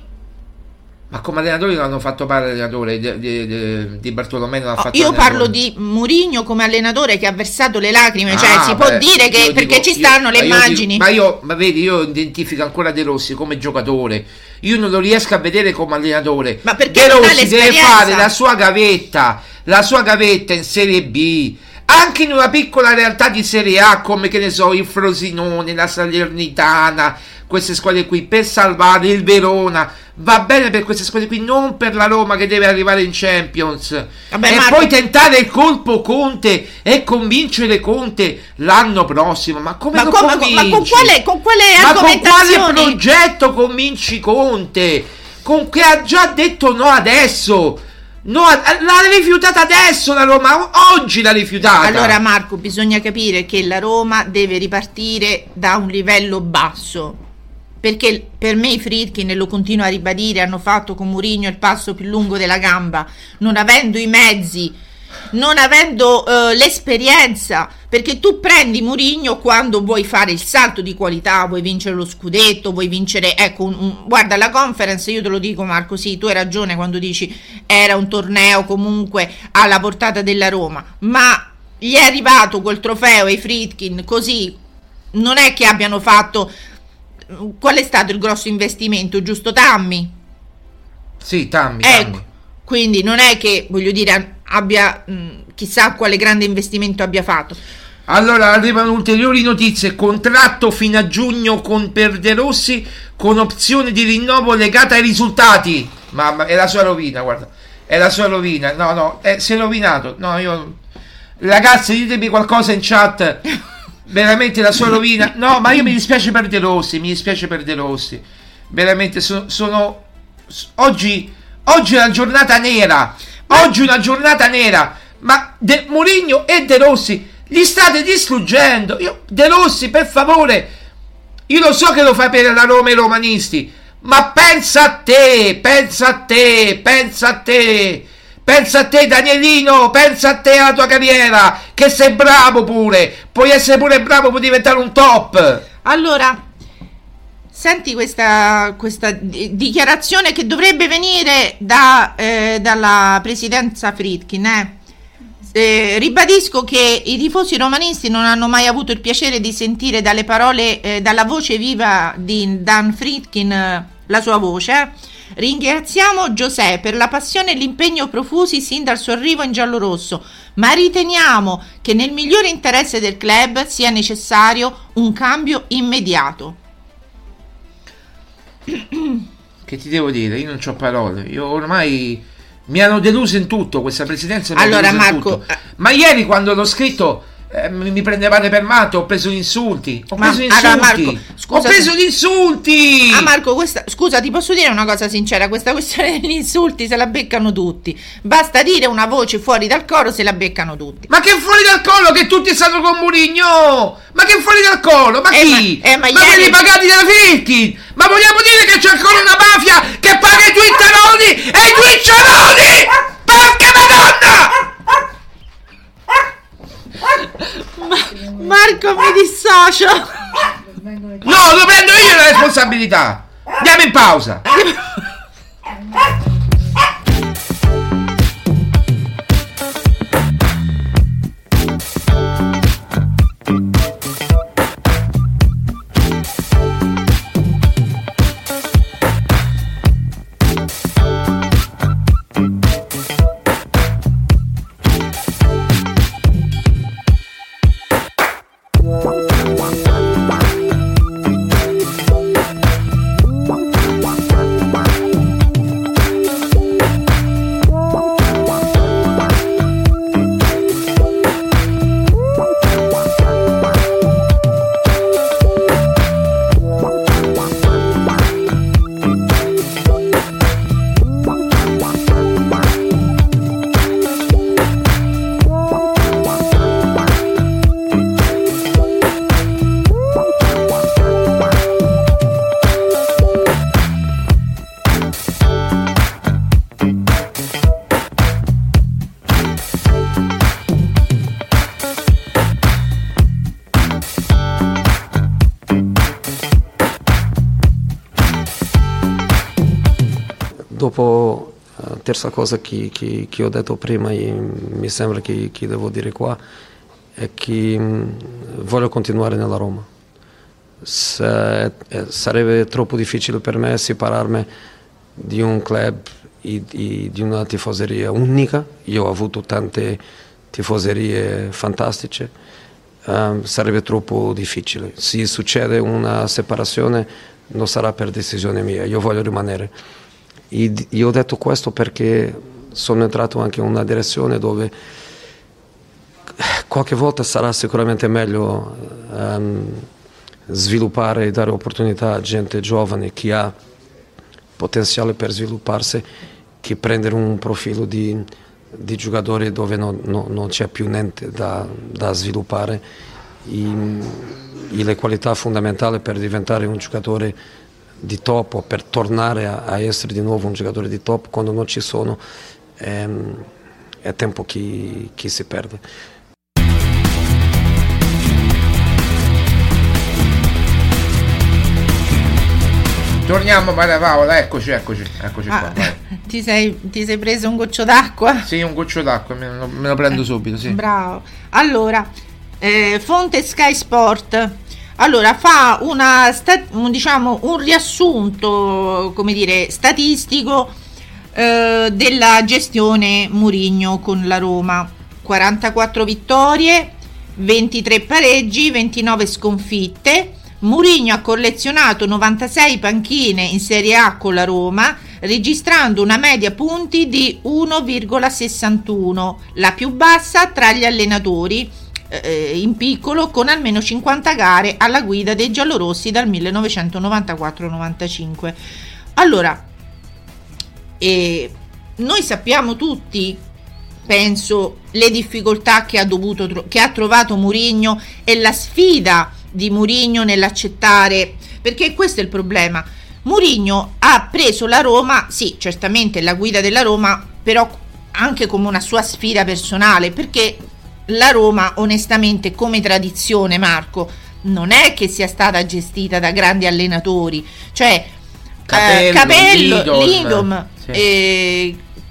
Ma come allenatori non hanno fatto parlare allenatore di, di, di, di Bartolomeo non ha oh, fatto io allenatore. Parlo di Mourinho come allenatore che ha versato le lacrime, Ah, cioè si beh, può dire che perché dico, ci stanno io, le ma immagini io dico, ma io ma vedi io identifico ancora De Rossi come giocatore, io non lo riesco a vedere come allenatore. Ma perché De non ha Rossi deve l'esperienza? fare la sua gavetta la sua gavetta in Serie B, anche in una piccola realtà di Serie A come che ne so il Frosinone, la Salernitana, queste squadre qui, per salvare il Verona. Va bene per queste squadre qui, non per la Roma che deve arrivare in Champions. Vabbè, e Marco, poi tentare il colpo Conte e convincere Conte l'anno prossimo. Ma come ma lo come, convinci? ma con quale, con quale ma argomentazioni? con quale progetto convinci Conte? Con che ha già detto no adesso. No, l'ha rifiutata adesso la Roma, oggi l'ha rifiutata. Allora Marco, bisogna capire che la Roma deve ripartire da un livello basso, perché per me i Friedkin, e lo continuo a ribadire, hanno fatto con Mourinho il passo più lungo della gamba, non avendo i mezzi, non avendo uh, l'esperienza, perché tu prendi Mourinho quando vuoi fare il salto di qualità, vuoi vincere lo scudetto, vuoi vincere, ecco, un, un, guarda la Conference, io te lo dico Marco, sì, tu hai ragione quando dici era un torneo comunque alla portata della Roma, ma gli è arrivato quel trofeo ai Friedkin così, non è che abbiano fatto. Qual è stato il grosso investimento? Giusto Tammy? Sì, Tammy, ecco, Tammy. Quindi non è che, voglio dire, abbia mh, chissà quale grande investimento abbia fatto. Allora arrivano ulteriori notizie: contratto fino a giugno con per De Rossi con opzione di rinnovo legata ai risultati. Mamma, è la sua rovina, guarda, è la sua rovina. No, no, è, si è rovinato. No, io ragazzi, ditemi qualcosa in chat. Veramente la sua rovina. No, ma io mi dispiace per De Rossi, mi dispiace per De Rossi. Veramente sono, sono oggi oggi è una giornata nera. Oggi è una giornata nera. Ma De, Mourinho e De Rossi li state distruggendo. Io, De Rossi, per favore, io lo so che lo fai per la Roma e i romanisti, ma pensa a te, pensa a te, pensa a te. Pensa a te Danielino, pensa a te alla tua carriera, che sei bravo pure, puoi essere pure bravo, puoi diventare un top. Allora, senti questa, questa dichiarazione che dovrebbe venire da, eh, dalla presidenza Friedkin, eh? Eh, ribadisco che i tifosi romanisti non hanno mai avuto il piacere di sentire dalle parole, eh, dalla voce viva di Dan Friedkin eh, la sua voce. Ringraziamo José per la passione e l'impegno profusi sin dal suo arrivo in giallorosso, ma riteniamo che nel migliore interesse del club sia necessario un cambio immediato. Che ti devo dire? Io non c'ho parole. Io ormai mi hanno deluso in tutto, questa presidenza mi allora, ha deluso Marco, in tutto. Ma ieri quando l'ho scritto eh, mi prendevate per matto, ho preso gli insulti. Ho Ma, preso gli insulti. allora, Marco, scusa, ho preso gli insulti. Ah Marco, questa, scusa, ti posso dire una cosa sincera, questa questione degli insulti se la beccano tutti. Basta dire una voce fuori dal coro, se la beccano tutti. Ma che fuori dal collo, che tutti stanno con Mourinho? Ma che fuori dal collo? Ma eh, chi? Ma, eh, ma, ma ieri... quelli pagati dalla Friedkin? Ma vogliamo dire che c'è ancora una mafia che paga i twitteroni e i twitcheroni? Porca Madonna! Ma, Marco, mi dissocio. No, lo prendo io la responsabilità. Andiamo in pausa. Dopo la terza cosa che, che, che ho detto prima, mi sembra che, che devo dire qua, è che mh, voglio continuare nella Roma. Se, eh, sarebbe troppo difficile per me separarmi di un club e di, di una tifoseria unica. Io ho avuto tante tifoserie fantastiche, um, sarebbe troppo difficile. Se succede una separazione non sarà per decisione mia, io voglio rimanere. Io ho detto questo perché sono entrato anche in una direzione dove qualche volta sarà sicuramente meglio um, sviluppare e dare opportunità a gente giovane che ha potenziale per svilupparsi, che prendere un profilo di, di giocatore dove non, no, non c'è più niente da, da sviluppare e, e le qualità fondamentali per diventare un giocatore di top o per tornare a, a essere di nuovo un giocatore di top quando non ci sono, ehm, è tempo che, che si perde. Torniamo Maria Paola, eccoci, eccoci, eccoci ah, qua. Ti sei, ti sei preso un goccio d'acqua? Sì, un goccio d'acqua, me lo, me lo prendo subito, sì. Bravo. Allora, eh, fonte Sky Sport. Allora, fa una un, diciamo un riassunto, come dire, statistico eh, della gestione Mourinho con la Roma. quarantaquattro vittorie, ventitré pareggi, ventinove sconfitte. Mourinho ha collezionato novantasei panchine in Serie A con la Roma, registrando una media punti di uno virgola sessantuno, la più bassa tra gli allenatori eh, in piccolo, con almeno cinquanta gare alla guida dei giallorossi dal millenovecentonovantaquattro novantacinque. Allora, eh, noi sappiamo tutti, penso, le difficoltà che ha dovuto che ha trovato Mourinho e la sfida di Mourinho nell'accettare, perché questo è il problema. Mourinho ha preso la Roma, sì, certamente la guida della Roma, però anche come una sua sfida personale, perché la Roma, onestamente, come tradizione, Marco, non è che sia stata gestita da grandi allenatori, cioè Capello, eh, Capello Lidom, Lidom sì. eh,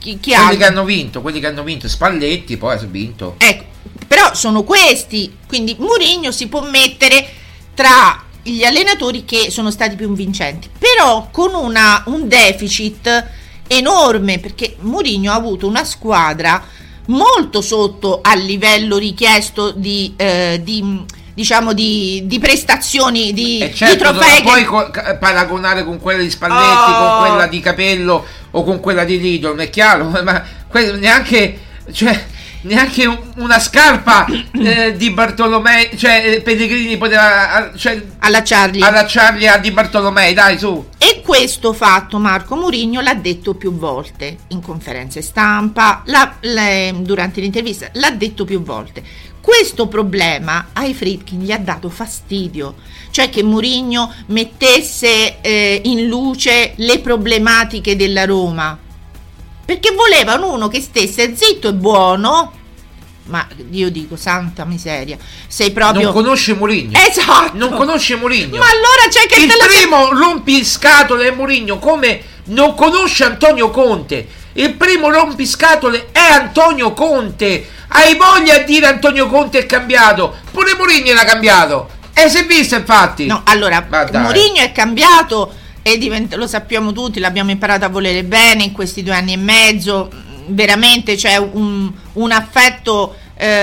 chi, chi quelli altro? che hanno vinto, quelli che hanno vinto, Spalletti poi ha vinto. Ecco, però sono questi, quindi Mourinho si può mettere tra gli allenatori che sono stati più vincenti, però con una, un deficit enorme, perché Mourinho ha avuto una squadra molto sotto al livello richiesto di, eh, di diciamo di, di prestazioni, di, e certo, di trofei. Non che... puoi co- paragonare con quella di Spalletti, oh. con quella di Capello o con quella di Lido, non è chiaro, ma que- neanche, cioè, neanche una scarpa eh, di Bartolomei, cioè Pellegrini poteva cioè, allacciargli. allacciargli a Di Bartolomei, dai, su. E questo fatto Marco Mourinho l'ha detto più volte in conferenze stampa, la, le, durante l'intervista, l'ha detto più volte. Questo problema ai Friedkin gli ha dato fastidio, cioè che Mourinho mettesse eh, in luce le problematiche della Roma, perché volevano uno che stesse zitto e buono. Ma io dico, santa miseria, sei proprio... Non conosce Mourinho. Esatto. Non conosce Mourinho. Ma allora c'è che... Il te primo la... rompiscatole è Mourinho, come non conosce Antonio Conte. Il primo rompiscatole è Antonio Conte. Hai voglia di dire Antonio Conte è cambiato? Pure Mourinho l'ha cambiato. E si è visto, infatti. No, allora, Mourinho è cambiato e diventa, lo sappiamo tutti, l'abbiamo imparato a volere bene in questi due anni e mezzo. Veramente c'è un, un affetto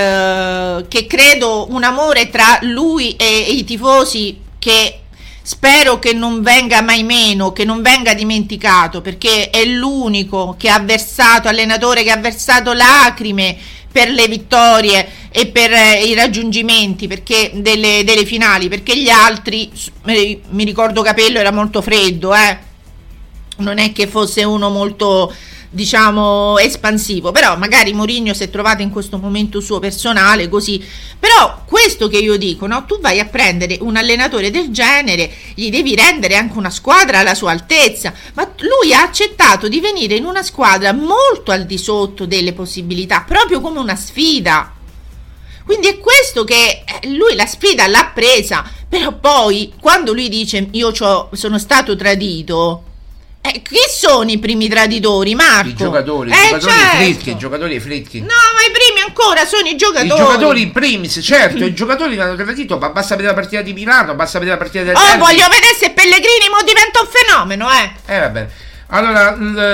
eh, che credo, un amore tra lui e, e i tifosi che spero che non venga mai meno, che non venga dimenticato, perché è l'unico che ha versato, allenatore che ha versato lacrime per le vittorie e per eh, i raggiungimenti perché delle, delle finali, perché gli altri, eh, mi ricordo Capello era molto freddo, eh non è che fosse uno molto, diciamo, espansivo, però magari Mourinho si è trovato in questo momento suo personale così. Però questo che io dico, no, tu vai a prendere un allenatore del genere, gli devi rendere anche una squadra alla sua altezza, ma lui ha accettato di venire in una squadra molto al di sotto delle possibilità, proprio come una sfida. Quindi è questo che lui la sfida l'ha presa, però poi quando lui dice io c'ho, sono stato tradito, Eh, chi sono i primi traditori, Marco? I giocatori, i eh, giocatori certo. Friedkin, i giocatori Friedkin. No, ma i primi ancora sono i giocatori. I giocatori in primis, certo, i giocatori l'hanno tradito, ma basta vedere la partita di Milano, basta vedere la partita del Oh, derby. voglio vedere se Pellegrini mo diventa un fenomeno, eh. Eh, va bene. Allora,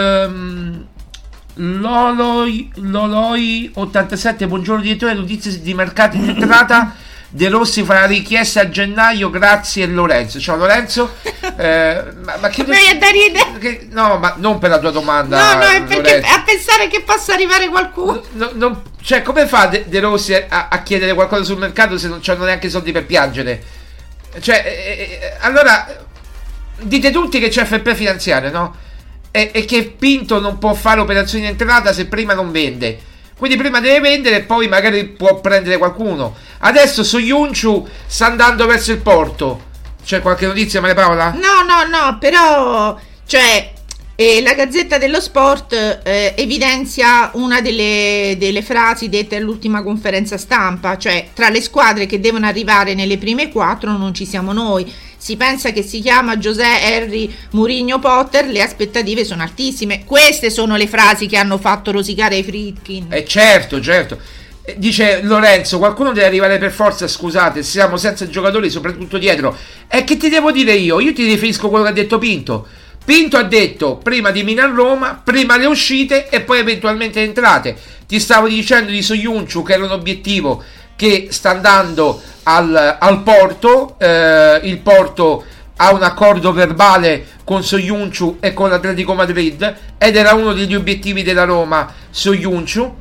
l, Loloi, Loloi ottantasette, buongiorno direttore, notizie di mercato in entrata. De Rossi farà richiesta a gennaio, grazie Lorenzo. Ciao Lorenzo. Eh, ma, ma che, mi da ridere. Che, no, ma non per la tua domanda. No, no, è perché Lorenzo, a pensare che possa arrivare qualcuno. No, no, cioè, come fa De, De Rossi a, a chiedere qualcosa sul mercato se non c'hanno neanche soldi per piangere? Cioè, eh, eh, allora dite tutti che c'è F P finanziario, no? E, e che Pinto non può fare operazioni in entrata se prima non vende. Quindi prima deve vendere e poi magari può prendere qualcuno. Adesso Soyuncu sta andando verso il porto. C'è qualche notizia, Maria Paola? No, no, no, però cioè eh, la Gazzetta dello Sport eh, evidenzia una delle, delle frasi dette all'ultima conferenza stampa, cioè tra le squadre che devono arrivare nelle prime quattro non ci siamo noi. Si pensa che si chiama José Henry Mourinho Potter, le aspettative sono altissime. Queste sono le frasi che hanno fatto rosicare i Friedkin. Eh certo, certo. Dice Lorenzo, qualcuno deve arrivare per forza, scusate, siamo senza giocatori, soprattutto dietro. E che ti devo dire io? Io ti riferisco a quello che ha detto Pinto. Pinto ha detto prima di Milan-Roma, prima le uscite e poi eventualmente le entrate. Ti stavo dicendo di Soyuncu che era un obiettivo che sta andando al, al Porto. Eh, il Porto ha un accordo verbale con Soyuncu e con l'Atletico Madrid ed era uno degli obiettivi della Roma, Soyuncu.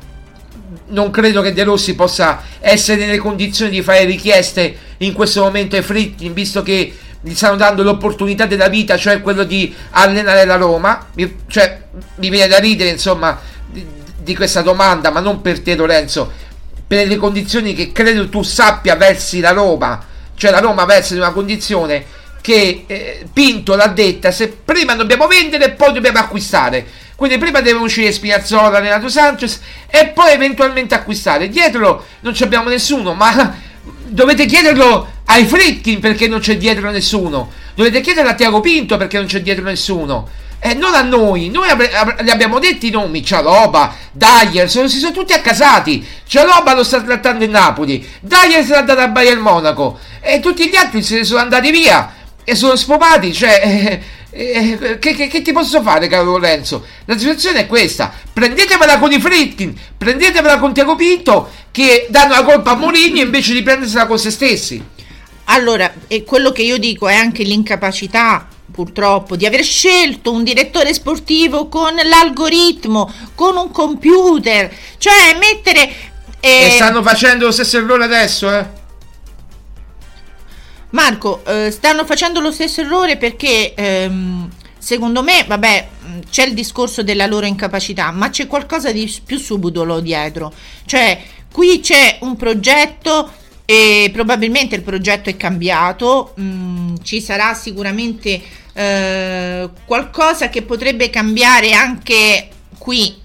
Non credo che De Rossi possa essere nelle condizioni di fare richieste in questo momento ai Friedkin, visto che gli stanno dando l'opportunità della vita, cioè quello di allenare la Roma. Mi, cioè, mi viene da ridere, insomma, di, di questa domanda, ma non per te, Lorenzo, per le condizioni che credo tu sappia versi la Roma. Cioè la Roma versa in una condizione che eh, Pinto l'ha detta: se prima dobbiamo vendere, poi dobbiamo acquistare. Quindi prima deve uscire Spinazzola, Renato Sanchez e poi eventualmente acquistare. Dietro non abbiamo nessuno, ma dovete chiederlo ai Friedkin perché non c'è dietro nessuno. Dovete chiederlo a Tiago Pinto perché non c'è dietro nessuno. eh, non a noi, noi ab- li abbiamo detti i nomi, Cialoba, Dyer, sono, si sono tutti accasati. Cialoba lo sta trattando in Napoli, Dyer se l'ha andata a Bayern Monaco e tutti gli altri se ne sono andati via e sono sfumati, cioè eh, eh, che, che, che ti posso fare, caro Lorenzo? La situazione è questa: prendetevela con i Friedkin, prendetevela con Tiago Pinto, che danno la colpa a Mourinho invece di prendersela con se stessi. Allora, e quello che io dico è anche l'incapacità, purtroppo, di aver scelto un direttore sportivo con l'algoritmo, con un computer, cioè mettere eh... e stanno facendo lo stesso errore adesso, eh Marco, eh, stanno facendo lo stesso errore perché ehm, secondo me, vabbè, c'è il discorso della loro incapacità, ma c'è qualcosa di più subdolo dietro. Cioè, qui c'è un progetto e probabilmente il progetto è cambiato, mh, ci sarà sicuramente eh, qualcosa che potrebbe cambiare anche qui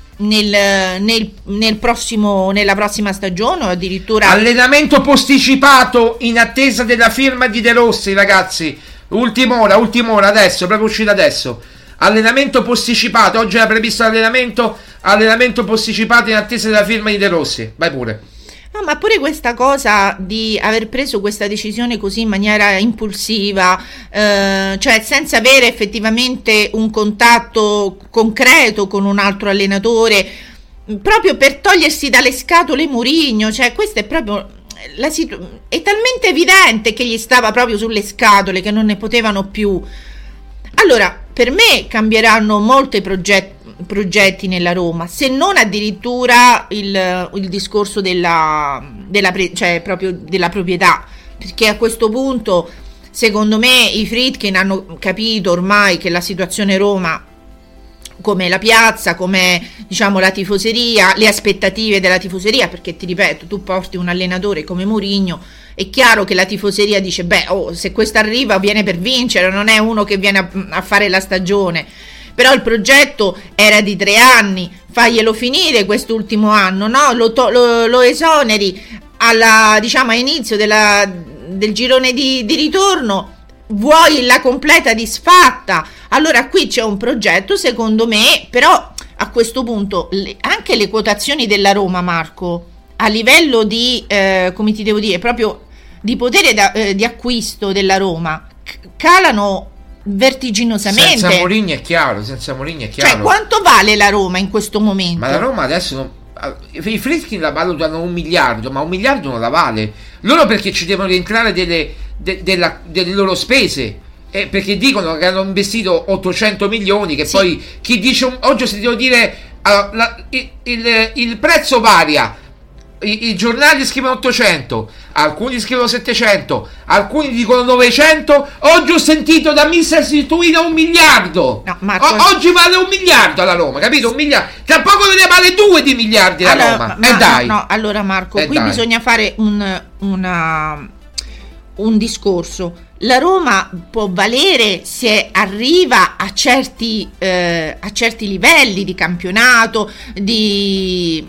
Nel, nel, nel prossimo, nella prossima stagione, o addirittura allenamento posticipato in attesa della firma di De Rossi, ragazzi. Ultima ora, ultima ora, adesso, proprio uscito adesso. Allenamento posticipato, oggi era previsto allenamento, allenamento posticipato in attesa della firma di De Rossi. Vai pure. No, ma pure questa cosa di aver preso questa decisione così in maniera impulsiva, eh, cioè senza avere effettivamente un contatto concreto con un altro allenatore, proprio per togliersi dalle scatole Mourinho, cioè questo è proprio la situ- è talmente evidente che gli stava proprio sulle scatole che non ne potevano più. Allora, per me cambieranno molti progetti progetti nella Roma, se non addirittura il, il discorso della, della pre, cioè proprio della proprietà, perché a questo punto secondo me i Friedkin hanno capito ormai che la situazione Roma, come la piazza, come diciamo la tifoseria, le aspettative della tifoseria, perché ti ripeto, tu porti un allenatore come Mourinho, è chiaro che la tifoseria dice beh, oh, se questo arriva viene per vincere, non è uno che viene a, a fare la stagione. Però il progetto era di tre anni, faglielo finire quest'ultimo anno, no? Lo, to- lo, lo esoneri alla, diciamo, a inizio della, del girone di, di ritorno, vuoi la completa disfatta. Allora qui c'è un progetto, secondo me, però a questo punto le, anche le quotazioni della Roma, Marco, a livello di, eh, come ti devo dire, proprio di potere da, eh, di acquisto della Roma, c- calano vertiginosamente. Senza Mourinho è chiaro, senza Mourinho è chiaro. Cioè, quanto vale la Roma in questo momento? Ma la Roma adesso non... i Friedkin la valutano un miliardo, ma un miliardo non la vale. Loro perché ci devono rientrare delle, de, della, delle loro spese, eh, perché dicono che hanno investito ottocento milioni, che sì. Poi chi dice un... oggi ho sentito dire uh, la, il, il, il prezzo varia. I, i giornali scrivono ottocento, alcuni scrivono settecento, alcuni dicono novecento. Oggi ho sentito da mister Situino un miliardo. No, Marco, o, oggi vale un miliardo alla Roma, capito? Un miliardo. Tra poco ne vale due di miliardi la allora, Roma. Ma, e dai. No, no, allora Marco, e qui dai. bisogna fare un, una, un discorso. La Roma può valere se arriva a certi, eh, a certi livelli di campionato, di,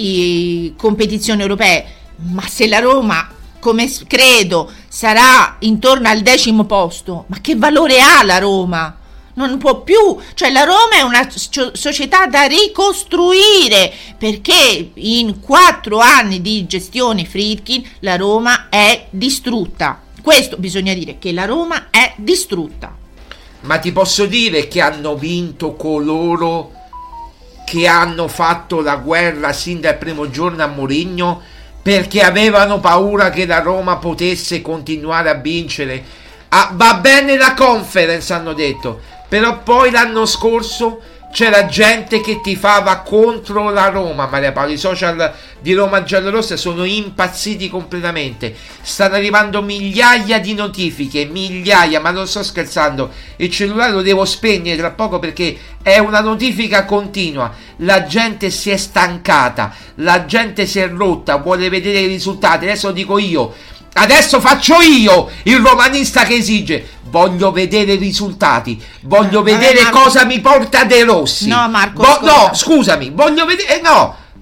di competizioni europee, ma se la Roma, come credo, sarà intorno al decimo posto, ma che valore ha la Roma? Non può più, cioè la Roma è una società da ricostruire, perché in quattro anni di gestione Friedkin la Roma è distrutta. Questo bisogna dire, che la Roma è distrutta. Ma ti posso dire che hanno vinto coloro che hanno fatto la guerra sin dal primo giorno a Mourinho, perché avevano paura che la Roma potesse continuare a vincere. Ah, va bene la Conference, hanno detto, però poi l'anno scorso c'era gente che tifava contro la Roma. Maria Paola, i social di Roma giallorossa sono impazziti completamente, stanno arrivando migliaia di notifiche, migliaia, ma non sto scherzando, il cellulare lo devo spegnere tra poco perché è una notifica continua. La gente si è stancata, la gente si è rotta, vuole vedere i risultati. Adesso lo dico io, adesso faccio io il romanista che esige, voglio vedere i risultati, voglio Vabbè, vedere Marco, cosa mi porta De Rossi. No Marco, Vo- no scusami, voglio vedere, eh, no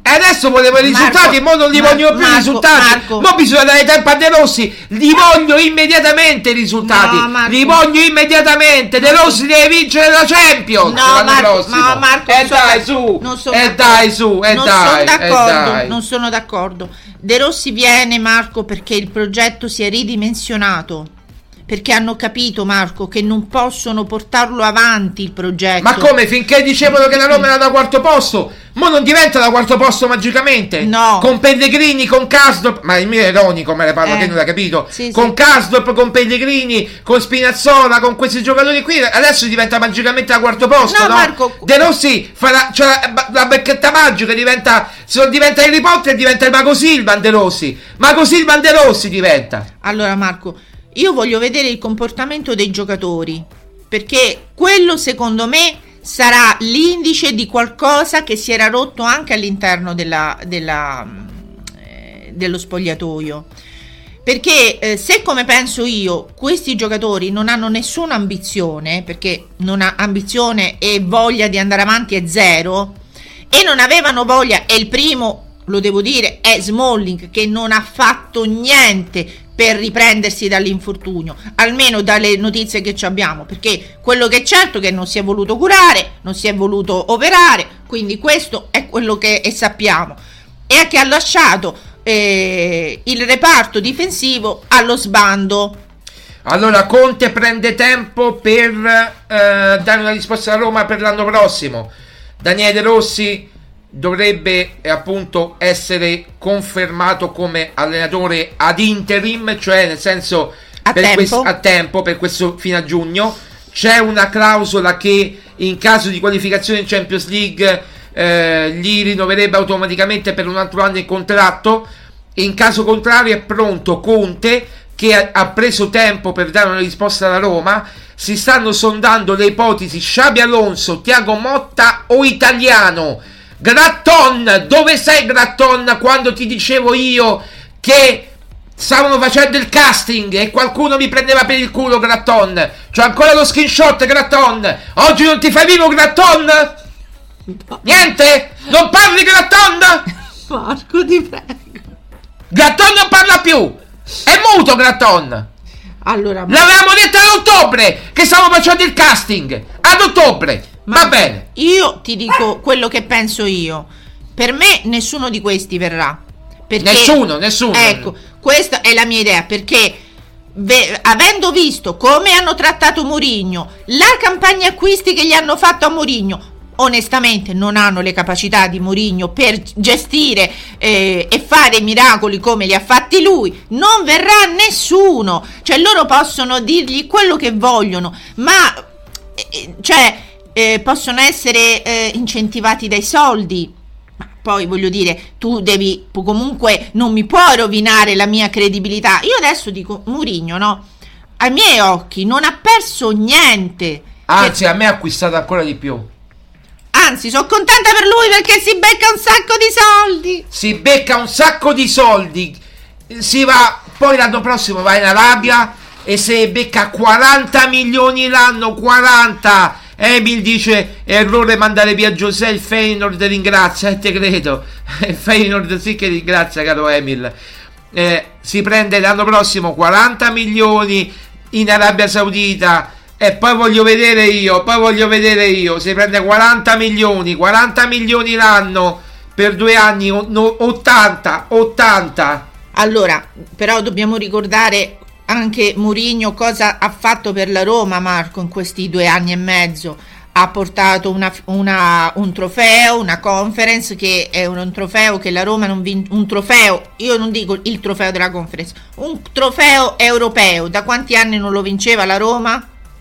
E adesso volevo i risultati, mo non li Mar- voglio più Marco, i risultati. Marco. Mo bisogna dare tempo a De Rossi. Li voglio immediatamente i risultati. No, Marco. Li voglio immediatamente. De Rossi deve vincere la Champions. No, l'anno Marco, prossimo. ma Marco, E non sono dai da- su. non sono E d'accordo. dai su. E non dai. sono e d'accordo, dai. non sono d'accordo. De Rossi viene, Marco, perché il progetto si è ridimensionato. Perché hanno capito, Marco, che non possono portarlo avanti il progetto. Ma come? Finché dicevano che la Roma era da quarto posto, mo non diventa da quarto posto magicamente? No. Con Pellegrini, con Karsdorp, ma il mio è ironico, me ne parla Eh. che non l'ha capito. Sì, con sì. Karsdorp, con Pellegrini, con Spinazzola, con questi giocatori qui, adesso diventa magicamente da quarto posto, No, no? Marco. De Rossi farà, cioè, la, la bacchetta magica, diventa, se non diventa Harry Potter diventa il Mago Silvan De Rossi. Mago Silvan De Rossi diventa. Allora, Marco, io voglio vedere il comportamento dei giocatori, perché quello secondo me sarà l'indice di qualcosa che si era rotto anche all'interno della, della, eh, dello spogliatoio. Perché eh, se, come penso io, questi giocatori non hanno nessuna ambizione, perché non ha ambizione e voglia di andare avanti è zero, e non avevano voglia, e il primo, lo devo dire, è Smalling, che non ha fatto niente per riprendersi dall'infortunio, almeno dalle notizie che ci abbiamo, perché quello che è certo è che non si è voluto curare, non si è voluto operare, quindi questo è quello che sappiamo, e che ha lasciato eh, il reparto difensivo allo sbando. Allora Conte prende tempo per eh, dare una risposta alla Roma per l'anno prossimo. Daniele De Rossi dovrebbe eh, appunto essere confermato come allenatore ad interim, cioè nel senso a per tempo. Questo, a tempo per questo fino a giugno. C'è una clausola che in caso di qualificazione in Champions League eh, gli rinnoverebbe automaticamente per un altro anno il contratto. In caso contrario è pronto Conte, che ha, ha preso tempo per dare una risposta alla Roma. Si stanno sondando le ipotesi Xabi Alonso, Thiago Motta o Italiano. Gratton, dove sei Gratton quando ti dicevo io che stavano facendo il casting e qualcuno mi prendeva per il culo, Gratton? C'ho ancora lo screenshot, Gratton. Oggi non ti fai vivo, Gratton? Niente? Non parli, Gratton? Marco, ti prego. Gratton non parla più. È muto, Gratton. Allora, l'avevamo detto ad ottobre che stavamo facendo il casting. Ad ottobre. Ma va bene. Io ti dico quello che penso io. Per me nessuno di questi verrà. Perché, nessuno, nessuno. Ecco, questa è la mia idea, perché ve, avendo visto come hanno trattato Mourinho, la campagna acquisti che gli hanno fatto a Mourinho, onestamente non hanno le capacità di Mourinho per gestire eh, e fare miracoli come li ha fatti lui. Non verrà nessuno. Cioè loro possono dirgli quello che vogliono, ma eh, cioè Eh, possono essere eh, incentivati dai soldi, ma poi voglio dire, tu devi tu comunque non mi puoi rovinare la mia credibilità. Io adesso dico Mourinho, no? Ai miei occhi non ha perso niente, anzi a me ha acquistato ancora di più, anzi sono contenta per lui perché si becca un sacco di soldi si becca un sacco di soldi si va, poi l'anno prossimo va in Arabia e se becca quaranta milioni l'anno, quaranta. Emil dice errore mandare via José, il Feyenoord ringrazia, e te credo. Il Feyenoord sì che ringrazia, caro Emil. Eh, si prende l'anno prossimo quaranta milioni in Arabia Saudita e poi voglio vedere io, poi voglio vedere io, si prende quaranta milioni, quaranta milioni l'anno per due anni, ottanta, ottanta. Allora, però dobbiamo ricordare anche Mourinho cosa ha fatto per la Roma, Marco, in questi due anni e mezzo. Ha portato una, una, un trofeo, una conference, che è un, un trofeo che la Roma non vince, un trofeo, io non dico il trofeo della conference, un trofeo europeo. Da quanti anni non lo vinceva la Roma?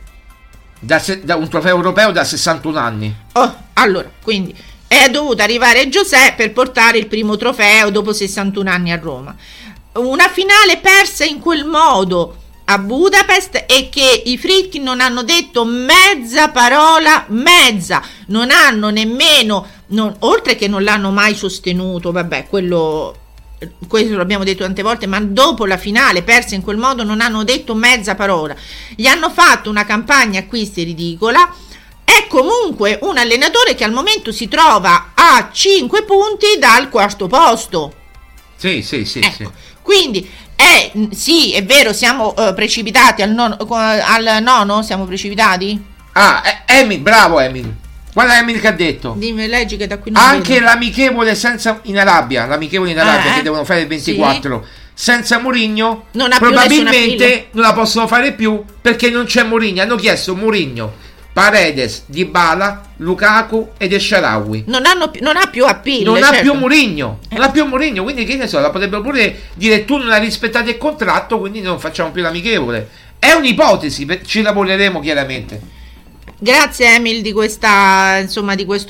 Da, se, da un trofeo europeo da sessantuno anni. Oh, allora, quindi è dovuto arrivare José per portare il primo trofeo dopo sessantuno anni a Roma. Una finale persa in quel modo a Budapest e che i Friedkin non hanno detto mezza parola, mezza, non hanno nemmeno, non, oltre che non l'hanno mai sostenuto, vabbè, quello, questo l'abbiamo detto tante volte, ma dopo la finale persa in quel modo non hanno detto mezza parola. Gli hanno fatto una campagna acquisti ridicola, è è comunque un allenatore che al momento si trova a cinque punti dal quarto posto. Sì, sì, sì, ecco. sì. Quindi è, sì, è vero, siamo uh, precipitati al nono, al nono, siamo precipitati? Ah, Emil, bravo Emil. Guarda Emil che ha detto. Dimmi, leggi che da qui non anche vedo. L'amichevole senza in Arabia, l'amichevole in Arabia eh, che devono fare il ventiquattro sì. senza Mourinho non probabilmente non la possono fare più perché non c'è Mourinho. Hanno chiesto Mourinho, Paredes, Dybala, Lukaku ed El Shaarawy. Non hanno più, non ha più appeal. Non certo. ha più Mourinho. Non ha più Mourinho, quindi che ne so, la potrebbero pure dire tu non hai rispettato il contratto, quindi non facciamo più l'amichevole. È un'ipotesi, ci lavoreremo chiaramente. Grazie Emil di questa, insomma, di questo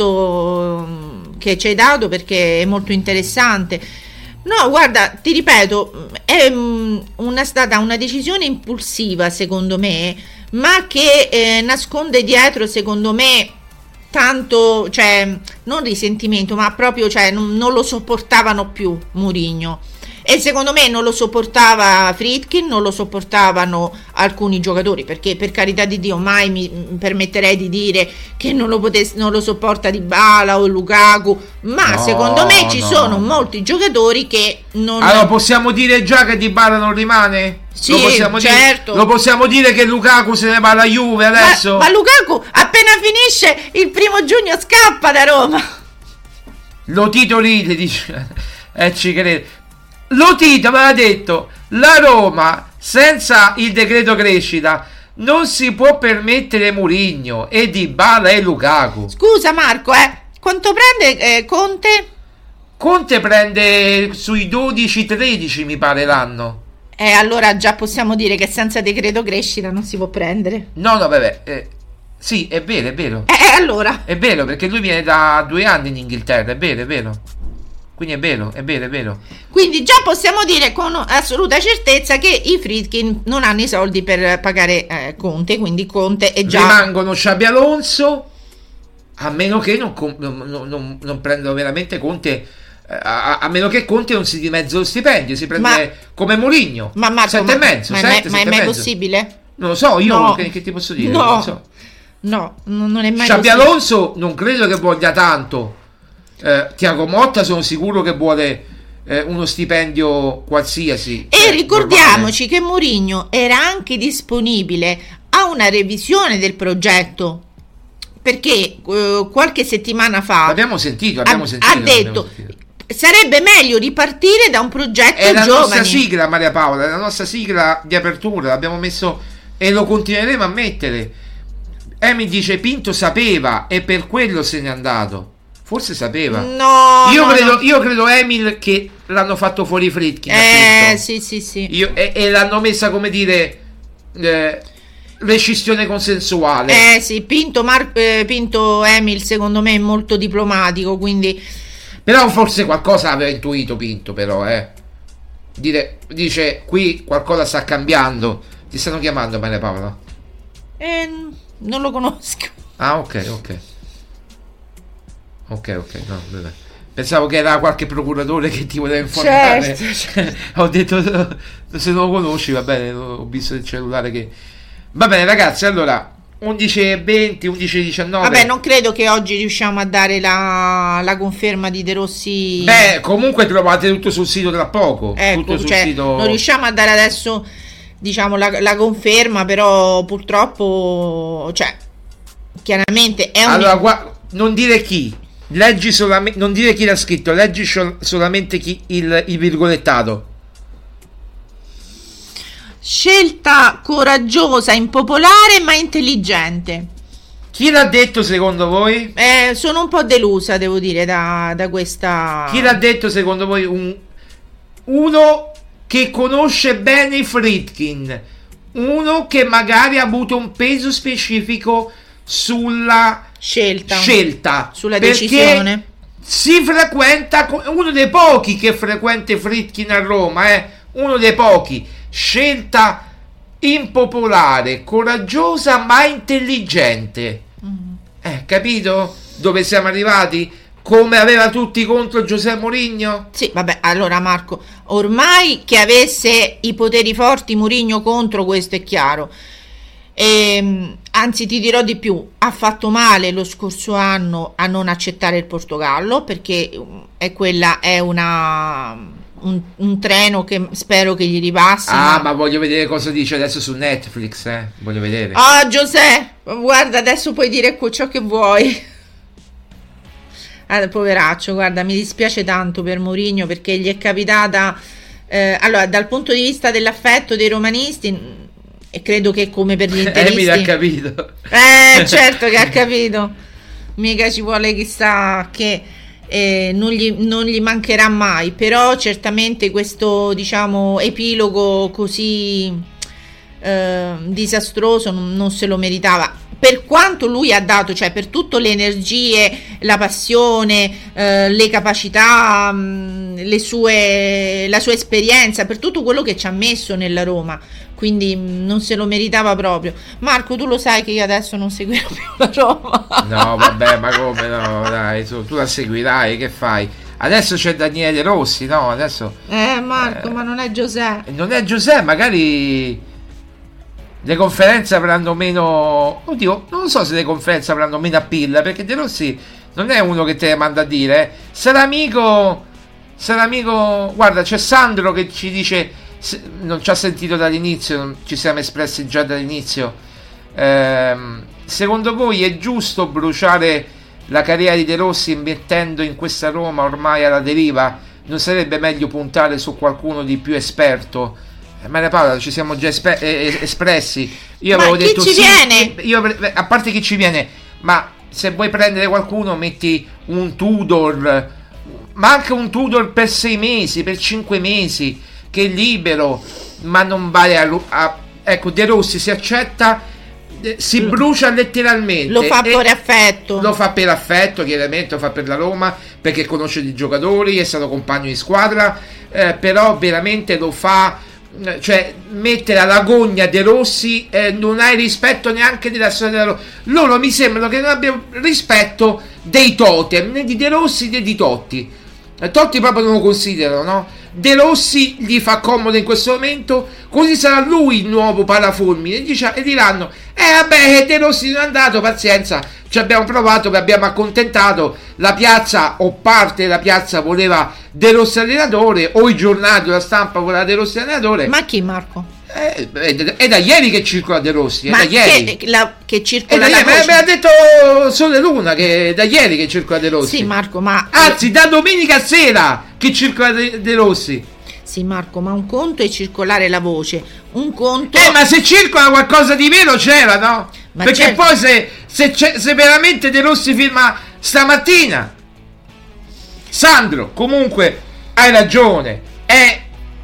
spunto che ci hai dato, perché è molto interessante. No, guarda, ti ripeto, è una stata una decisione impulsiva secondo me, ma che eh, nasconde dietro secondo me tanto, cioè non risentimento, ma proprio, cioè non, non lo sopportavano più Mourinho. E secondo me non lo sopportava Friedkin, non lo sopportavano alcuni giocatori, perché per carità di Dio mai mi permetterei di dire che non lo, potesse, non lo sopporta Dybala o Lukaku, ma no, secondo me ci no. sono molti giocatori che non... Allora possiamo dire già che Dybala non rimane? Sì, lo possiamo certo. Dire, lo possiamo dire che Lukaku se ne va alla Juve adesso? Ma, ma Lukaku appena finisce il primo giugno scappa da Roma. Lo titoli, dice, eh ci credo. Lo Tito aveva detto la Roma senza il decreto crescita non si può permettere Mourinho e Dybala e Lukaku. Scusa Marco, eh quanto prende eh, Conte? Conte prende sui dodici tredici mi pare l'anno. Eh allora già possiamo dire che senza decreto crescita non si può prendere. No no vabbè eh, sì è vero è vero Eh, eh allora è vero perché lui viene da due anni in Inghilterra, è vero è vero. Quindi è vero, è vero, è vero. Quindi già possiamo dire con assoluta certezza che i Friedkin non hanno i soldi per pagare eh, Conte, quindi Conte è già... Rimangono Xabi Alonso, a meno che non, non, non, non prendono veramente Conte, eh, a, a meno che Conte non si dimezza lo stipendio, si prende ma, come Mourinho. Ma Marco, sette ma, e mezzo, ma, sette, ma è mai possibile? Non lo so, io no. che, che ti posso dire? No, non lo so. no, non è mai Xabi possibile. Alonso non credo che voglia tanto. Eh, Thiago Motta sono sicuro che vuole eh, uno stipendio qualsiasi. E eh, ricordiamoci normale. Che Mourinho era anche disponibile a una revisione del progetto, perché eh, qualche settimana fa l'abbiamo sentito, abbiamo ha, sentito, ha detto sentito. Sarebbe meglio ripartire da un progetto è la giovane. nostra sigla Maria Paola, è la nostra sigla di apertura, l'abbiamo messo e lo continueremo a mettere. E mi dice Pinto sapeva e per quello se n'è andato. Forse sapeva. No, io, no, credo, no. io credo Emil che l'hanno fatto fuori Friedkin. Eh, sì, sì, sì. Io, e, e l'hanno messa come dire eh, rescissione consensuale. Eh sì, Pinto, Mar- eh, Pinto Emil secondo me è molto diplomatico, quindi. Però forse qualcosa aveva intuito Pinto, però, eh. Dire, dice qui qualcosa sta cambiando. Ti stanno chiamando Maria Paola? Eh, non lo conosco. Ah, ok, ok. Ok, ok, no, vabbè. Pensavo che era qualche procuratore che ti voleva informare. Certo, certo. Ho detto se non lo conosci, va bene, ho visto il cellulare che... Va bene ragazzi, allora undici e venti, undici e diciannove. Vabbè, non credo che oggi riusciamo a dare la, la conferma di De Rossi. Beh, comunque trovate tutto sul sito tra poco. Ecco, tutto sul cioè, sito... non riusciamo a dare adesso, diciamo, la, la conferma, però purtroppo, cioè, chiaramente è un... Allora, gua- non dire chi. Leggi solamente, non dire chi l'ha scritto, leggi sol- solamente chi il, il virgolettato. Scelta coraggiosa, impopolare ma intelligente. Chi l'ha detto secondo voi? Eh, sono un po' delusa, devo dire, da, da questa... Chi l'ha detto secondo voi? Un, uno che conosce bene i Friedkin, uno che magari ha avuto un peso specifico sulla scelta, scelta sulla decisione. Si frequenta, uno dei pochi che frequenta i Friedkin a Roma, eh? Uno dei pochi. Scelta impopolare, coraggiosa ma intelligente. Mm. Eh, capito dove siamo arrivati? Come aveva tutti contro Giuseppe Mourinho? Sì, vabbè, allora Marco, ormai che avesse i poteri forti Mourinho contro, questo è chiaro. E, anzi ti dirò di più, ha fatto male lo scorso anno a non accettare il Portogallo, perché è quella è una un, un treno che spero che gli ripassi. Ah, ma... ma voglio vedere cosa dice adesso su Netflix, eh. Voglio vedere. Ah, Giuseppe, guarda, adesso puoi dire ciò che vuoi. Ah, poveraccio, guarda, mi dispiace tanto per Mourinho, perché gli è capitata eh, allora, dal punto di vista dell'affetto dei romanisti, e credo che come per gli interisti Emil ha capito. Eh, certo che ha capito, mica ci vuole chissà che eh, non, gli, non gli mancherà mai, però certamente questo, diciamo, epilogo così eh, disastroso non, non se lo meritava, per quanto lui ha dato, cioè per tutte le energie, la passione, eh, le capacità, mh, le sue, la sua esperienza, per tutto quello che ci ha messo nella Roma, quindi mh, non se lo meritava proprio. Marco, tu lo sai che io adesso non seguirò più la Roma. No, vabbè, ma come no, dai, tu, tu la seguirai, che fai? Adesso c'è Daniele Rossi, no? Adesso Eh, Marco, eh, ma non è Giuseppe. Non è Giuseppe, magari le conferenze avranno meno. Oddio, non so se le conferenze avranno meno appeal, perché De Rossi non è uno che te le manda a dire, eh. Sarà amico. Sarà amico. Guarda, c'è Sandro che ci dice. Se, non ci ha sentito dall'inizio, non ci siamo espressi già dall'inizio. Ehm, secondo voi è giusto bruciare la carriera di De Rossi mettendo in questa Roma ormai alla deriva? Non sarebbe meglio puntare su qualcuno di più esperto? Maria Paola, ci siamo già espe- eh, espressi. Io ma avevo chi detto ci sì, viene? Io, a parte chi ci viene, ma se vuoi prendere qualcuno metti un Tudor, ma anche un Tudor per sei mesi, per cinque mesi, che è libero, ma non vale a, a ecco, De Rossi si accetta, si brucia letteralmente, lo fa per affetto, lo fa per affetto, chiaramente lo fa per la Roma, perché conosce i giocatori, è stato compagno di squadra, eh, però veramente lo fa, cioè mettere alla gogna De Rossi, eh, non hai rispetto neanche della storia della Roma. Loro mi sembrano che non abbiano rispetto dei totem, né di De Rossi né di Totti. Totti proprio non lo considerano, no? De Rossi gli fa comodo in questo momento, così sarà lui il nuovo Parafulmine, e, dice, e diranno eh vabbè, De Rossi non è andato, pazienza, ci abbiamo provato, vi abbiamo accontentato, la piazza o parte della piazza voleva De Rossi allenatore, o i giornali o la stampa voleva De Rossi allenatore. Ma chi, Marco? Eh, è, è da ieri che circola De Rossi, è ma da ieri che, la, che circola da la ieri, me l'ha detto Sole Luna che è da ieri che circola De Rossi. Sì, Marco, ma anzi da domenica sera che circola De, De Rossi. Sì, Marco, ma un conto è circolare la voce, un conto eh ma se circola qualcosa di vero c'era, no? Ma perché certo. Poi se, se, se veramente De Rossi firma stamattina, Sandro, comunque hai ragione, è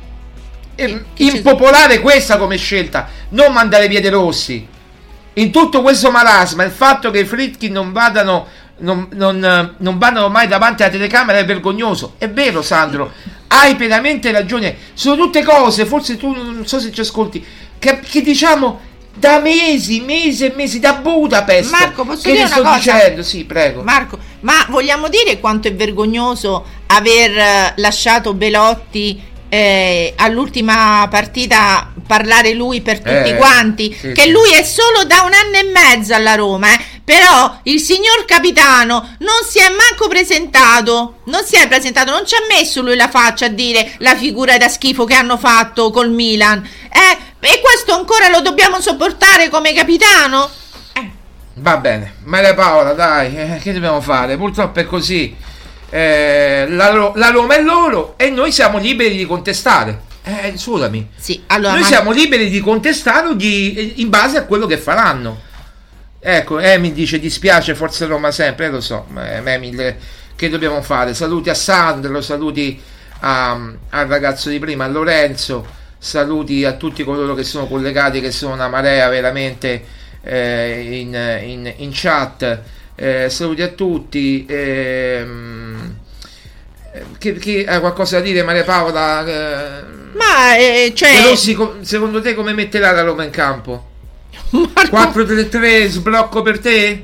impopolare questa come scelta, non mandare via De Rossi in tutto questo marasma. Il fatto che i Friedkin non vadano non, non, non vadano mai davanti alla telecamera è vergognoso, è vero Sandro, hai pienamente ragione, sono tutte cose, forse tu non so se ci ascolti, che, che diciamo da mesi, mesi e mesi, da Budapest. Marco, posso che dire ti sto una cosa? dicendo? Sì, prego. Marco, ma vogliamo dire quanto è vergognoso aver lasciato Belotti Eh, all'ultima partita parlare lui per tutti eh, quanti, sì, che sì. Lui è solo da un anno e mezzo alla Roma, eh? Però il signor capitano non si è manco presentato, non si è presentato, non ci ha messo lui la faccia a dire la figura da schifo che hanno fatto col Milan, eh? E questo ancora lo dobbiamo sopportare come capitano? Eh. Va bene, Maria Paola, dai, eh, che dobbiamo fare? Purtroppo è così. Eh, la, la Roma è loro e noi siamo liberi di contestare. Eh, scusami. Sì, allora, noi ma... siamo liberi di contestare di, in base a quello che faranno. Ecco, Emil dice dispiace Forza Roma sempre, eh, lo so, ma Emil, che dobbiamo fare? Saluti a Sandro, saluti a, al ragazzo di prima, a Lorenzo, saluti a tutti coloro che sono collegati, che sono una marea veramente eh, in, in, in chat. Eh, saluti a tutti. ehm, chi, chi ha qualcosa da dire, Maria Paola? Eh, ma eh, cioè... De Rossi, secondo te come metterà la Roma in campo? quattro tre tre sblocco per te?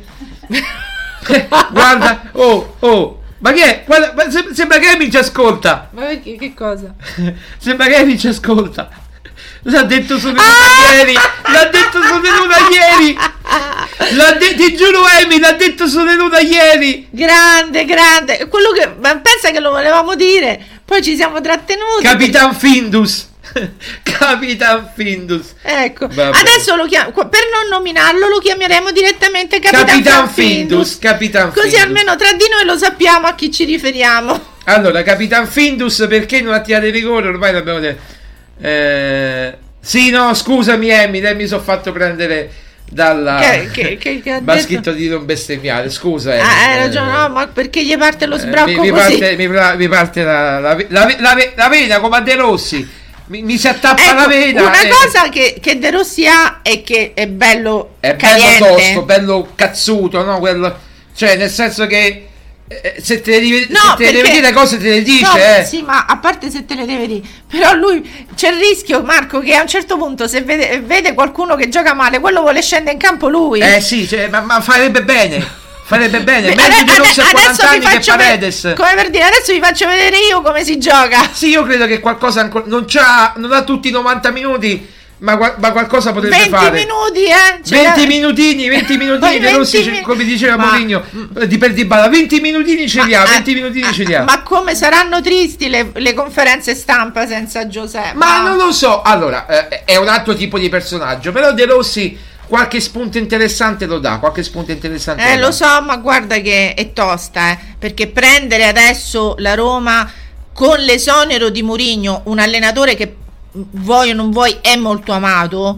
Guarda, oh oh, ma che è? Guarda, ma sembra che mi ci ascolta. Ma perché, che cosa? Sembra che mi ci ascolta. L'ha detto su Venuta ah! ieri. L'ha detto su Venuta ieri. L'ha de- ti giuro, Emi, l'ha detto su Venuta ieri. Grande, grande. Quello che ma pensa che lo volevamo dire, poi ci siamo trattenuti. Capitan Findus. Capitan Findus. Ecco. Vabbè. Adesso lo chiam- per non nominarlo lo chiameremo direttamente Capitan, Capitan Findus. Findus. Capitan Così Findus. almeno tra di noi lo sappiamo a chi ci riferiamo. Allora, Capitan Findus, perché non ha tirato il rigore? Ormai l'abbiamo detto. Eh, sì, no, scusami, Emi, lei mi sono fatto prendere dalla che, che, che, che ma ha scritto di non bestemmiare. Scusa, Emi. Ah, hai ragione, no, ma perché gli parte lo sbrocco eh, mi, mi così? Parte, mi, mi parte la, la, la, la, la vena come a De Rossi. Mi, mi si attappa ecco, la vena. Una eh. cosa che, che De Rossi ha è che è bello è caliente. bello tosco, bello cazzuto, no? Quello, cioè, nel senso che eh, se te le devi, no, se te perché, devi dire le cose te le dice, no, eh. Sì, ma a parte se te le deve dire, però lui c'è il rischio, Marco, che a un certo punto se vede, vede qualcuno che gioca male, quello vuole scendere in campo lui. Eh sì, cioè, ma, ma farebbe bene. Farebbe bene. Beh, meglio di Rossi a quaranta anni che faccio Paredes. Ver- come per dire, adesso vi faccio vedere io come si gioca. Sì, io credo che qualcosa ancora non c'ha, non ha tutti i novanta minuti. Ma, ma qualcosa potrebbe venti fare. venti minuti, eh? venti la... minutini, venti minutini. De Rossi, min... come diceva ma... Mourinho, di per di balla, venti minutini ce li ha, venti minutini ce li ha. Ma come saranno tristi le, le conferenze stampa senza Giuseppe? Ma non lo so. Allora, eh, è un altro tipo di personaggio, però De Rossi qualche spunto interessante lo dà, qualche spunto interessante. Eh, lo, lo so, ma guarda che è tosta, eh, perché prendere adesso la Roma con l'esonero di Mourinho, un allenatore che vuoi o non vuoi è molto amato,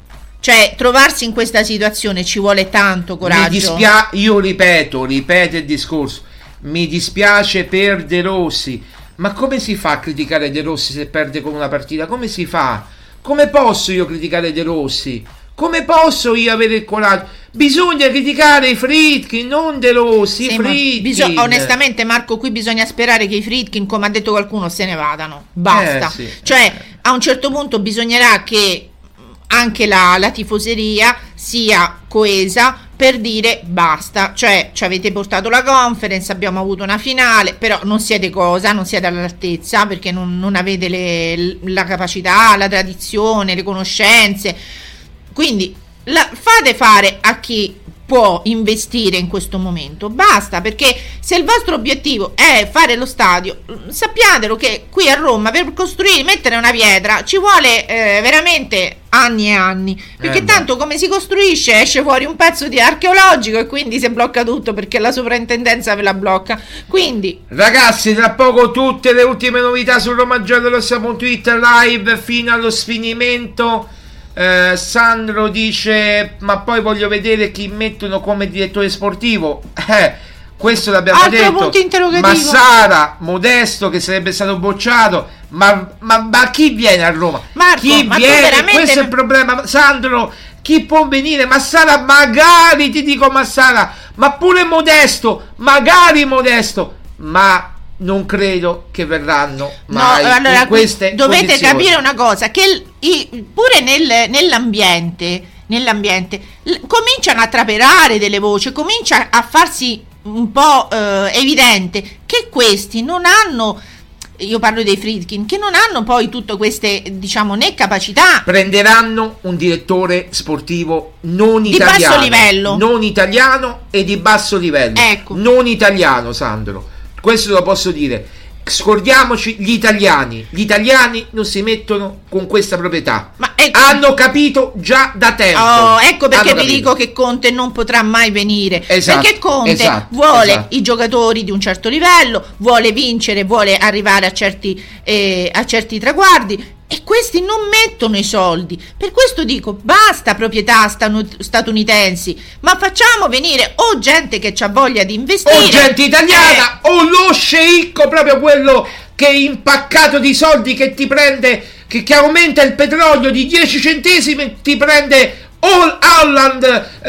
cioè trovarsi in questa situazione ci vuole tanto coraggio. Mi dispiace, io ripeto, ripeto il discorso, mi dispiace per De Rossi, ma come si fa a criticare De Rossi se perde con una partita? Come si fa? Come posso io criticare De Rossi? Come posso io avere il coraggio? Bisogna criticare i Friedkin, non De Rossi. Sì, Friedkin. Bisog- onestamente, Marco, qui bisogna sperare che i Friedkin, come ha detto qualcuno, se ne vadano. Basta. Eh, sì. Cioè, a un certo punto bisognerà che anche la, la tifoseria sia coesa per dire basta. Cioè, ci avete portato la conference, abbiamo avuto una finale, però non siete cosa, non siete all'altezza perché non, non avete le, la capacità, la tradizione, le conoscenze. Quindi la, fate fare a chi può investire in questo momento, basta, perché se il vostro obiettivo è fare lo stadio, sappiatelo che qui a Roma per costruire, mettere una pietra ci vuole eh, veramente anni e anni, perché eh tanto come si costruisce esce fuori un pezzo di archeologico e quindi si blocca tutto perché la sovrintendenza ve la blocca. Quindi ragazzi, tra poco tutte le ultime novità su romagiallorossa punto it live fino allo sfinimento. Uh, Sandro dice ma poi voglio vedere chi mettono come direttore sportivo. Eh, questo l'abbiamo altro detto. Punto interrogativo. Massara, Modesto che sarebbe stato bocciato, ma, ma, ma chi viene a Roma? Marco, chi ma viene? Veramente... Questo è il problema, Sandro. Chi può venire? Massara, magari ti dico Massara, ma pure Modesto, magari Modesto, ma non credo che verranno mai. No, allora, in queste dovete condizioni. capire una cosa, che il, i, pure nel, nell'ambiente nell'ambiente l- cominciano a traperare delle voci, comincia a farsi un po' eh, evidente che questi non hanno, io parlo dei Friedkin, che non hanno poi tutte queste, diciamo, né capacità. Prenderanno un direttore sportivo non italiano, di basso livello, non italiano e di basso livello, ecco. Non italiano, Sandro, questo lo posso dire. Scordiamoci gli italiani. Gli italiani non si mettono con questa proprietà. Ma ecco, hanno capito già da tempo. Oh, ecco perché vi dico che Conte non potrà mai venire. Esatto, perché Conte esatto, vuole esatto. i giocatori di un certo livello, vuole vincere, vuole arrivare a certi, eh, a certi traguardi. E questi non mettono i soldi. Per questo dico basta proprietà statunitensi, ma facciamo venire o gente che ha voglia di investire, o gente italiana, eh. o lo sceicco, proprio quello che è impaccato di soldi, che ti prende, che, che aumenta il petrolio di dieci centesimi, ti prende All Holland,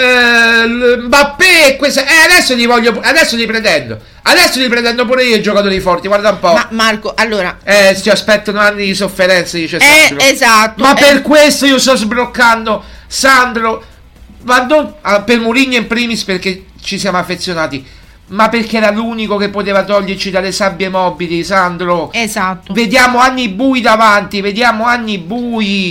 eh, Mbappé, questa, eh, adesso li voglio, adesso li pretendo, adesso li pretendo pure io i giocatori forti, guarda un po'. Ma Marco, allora, eh, ci aspettano anni di sofferenza, dice eh, Sandro. Esatto. Ma eh. per questo io sto sbloccando, Sandro, ma non, ah, per Mourinho in primis perché ci siamo affezionati, ma perché era l'unico che poteva toglierci dalle sabbie mobili, Sandro. Esatto. Vediamo anni bui davanti, vediamo anni bui.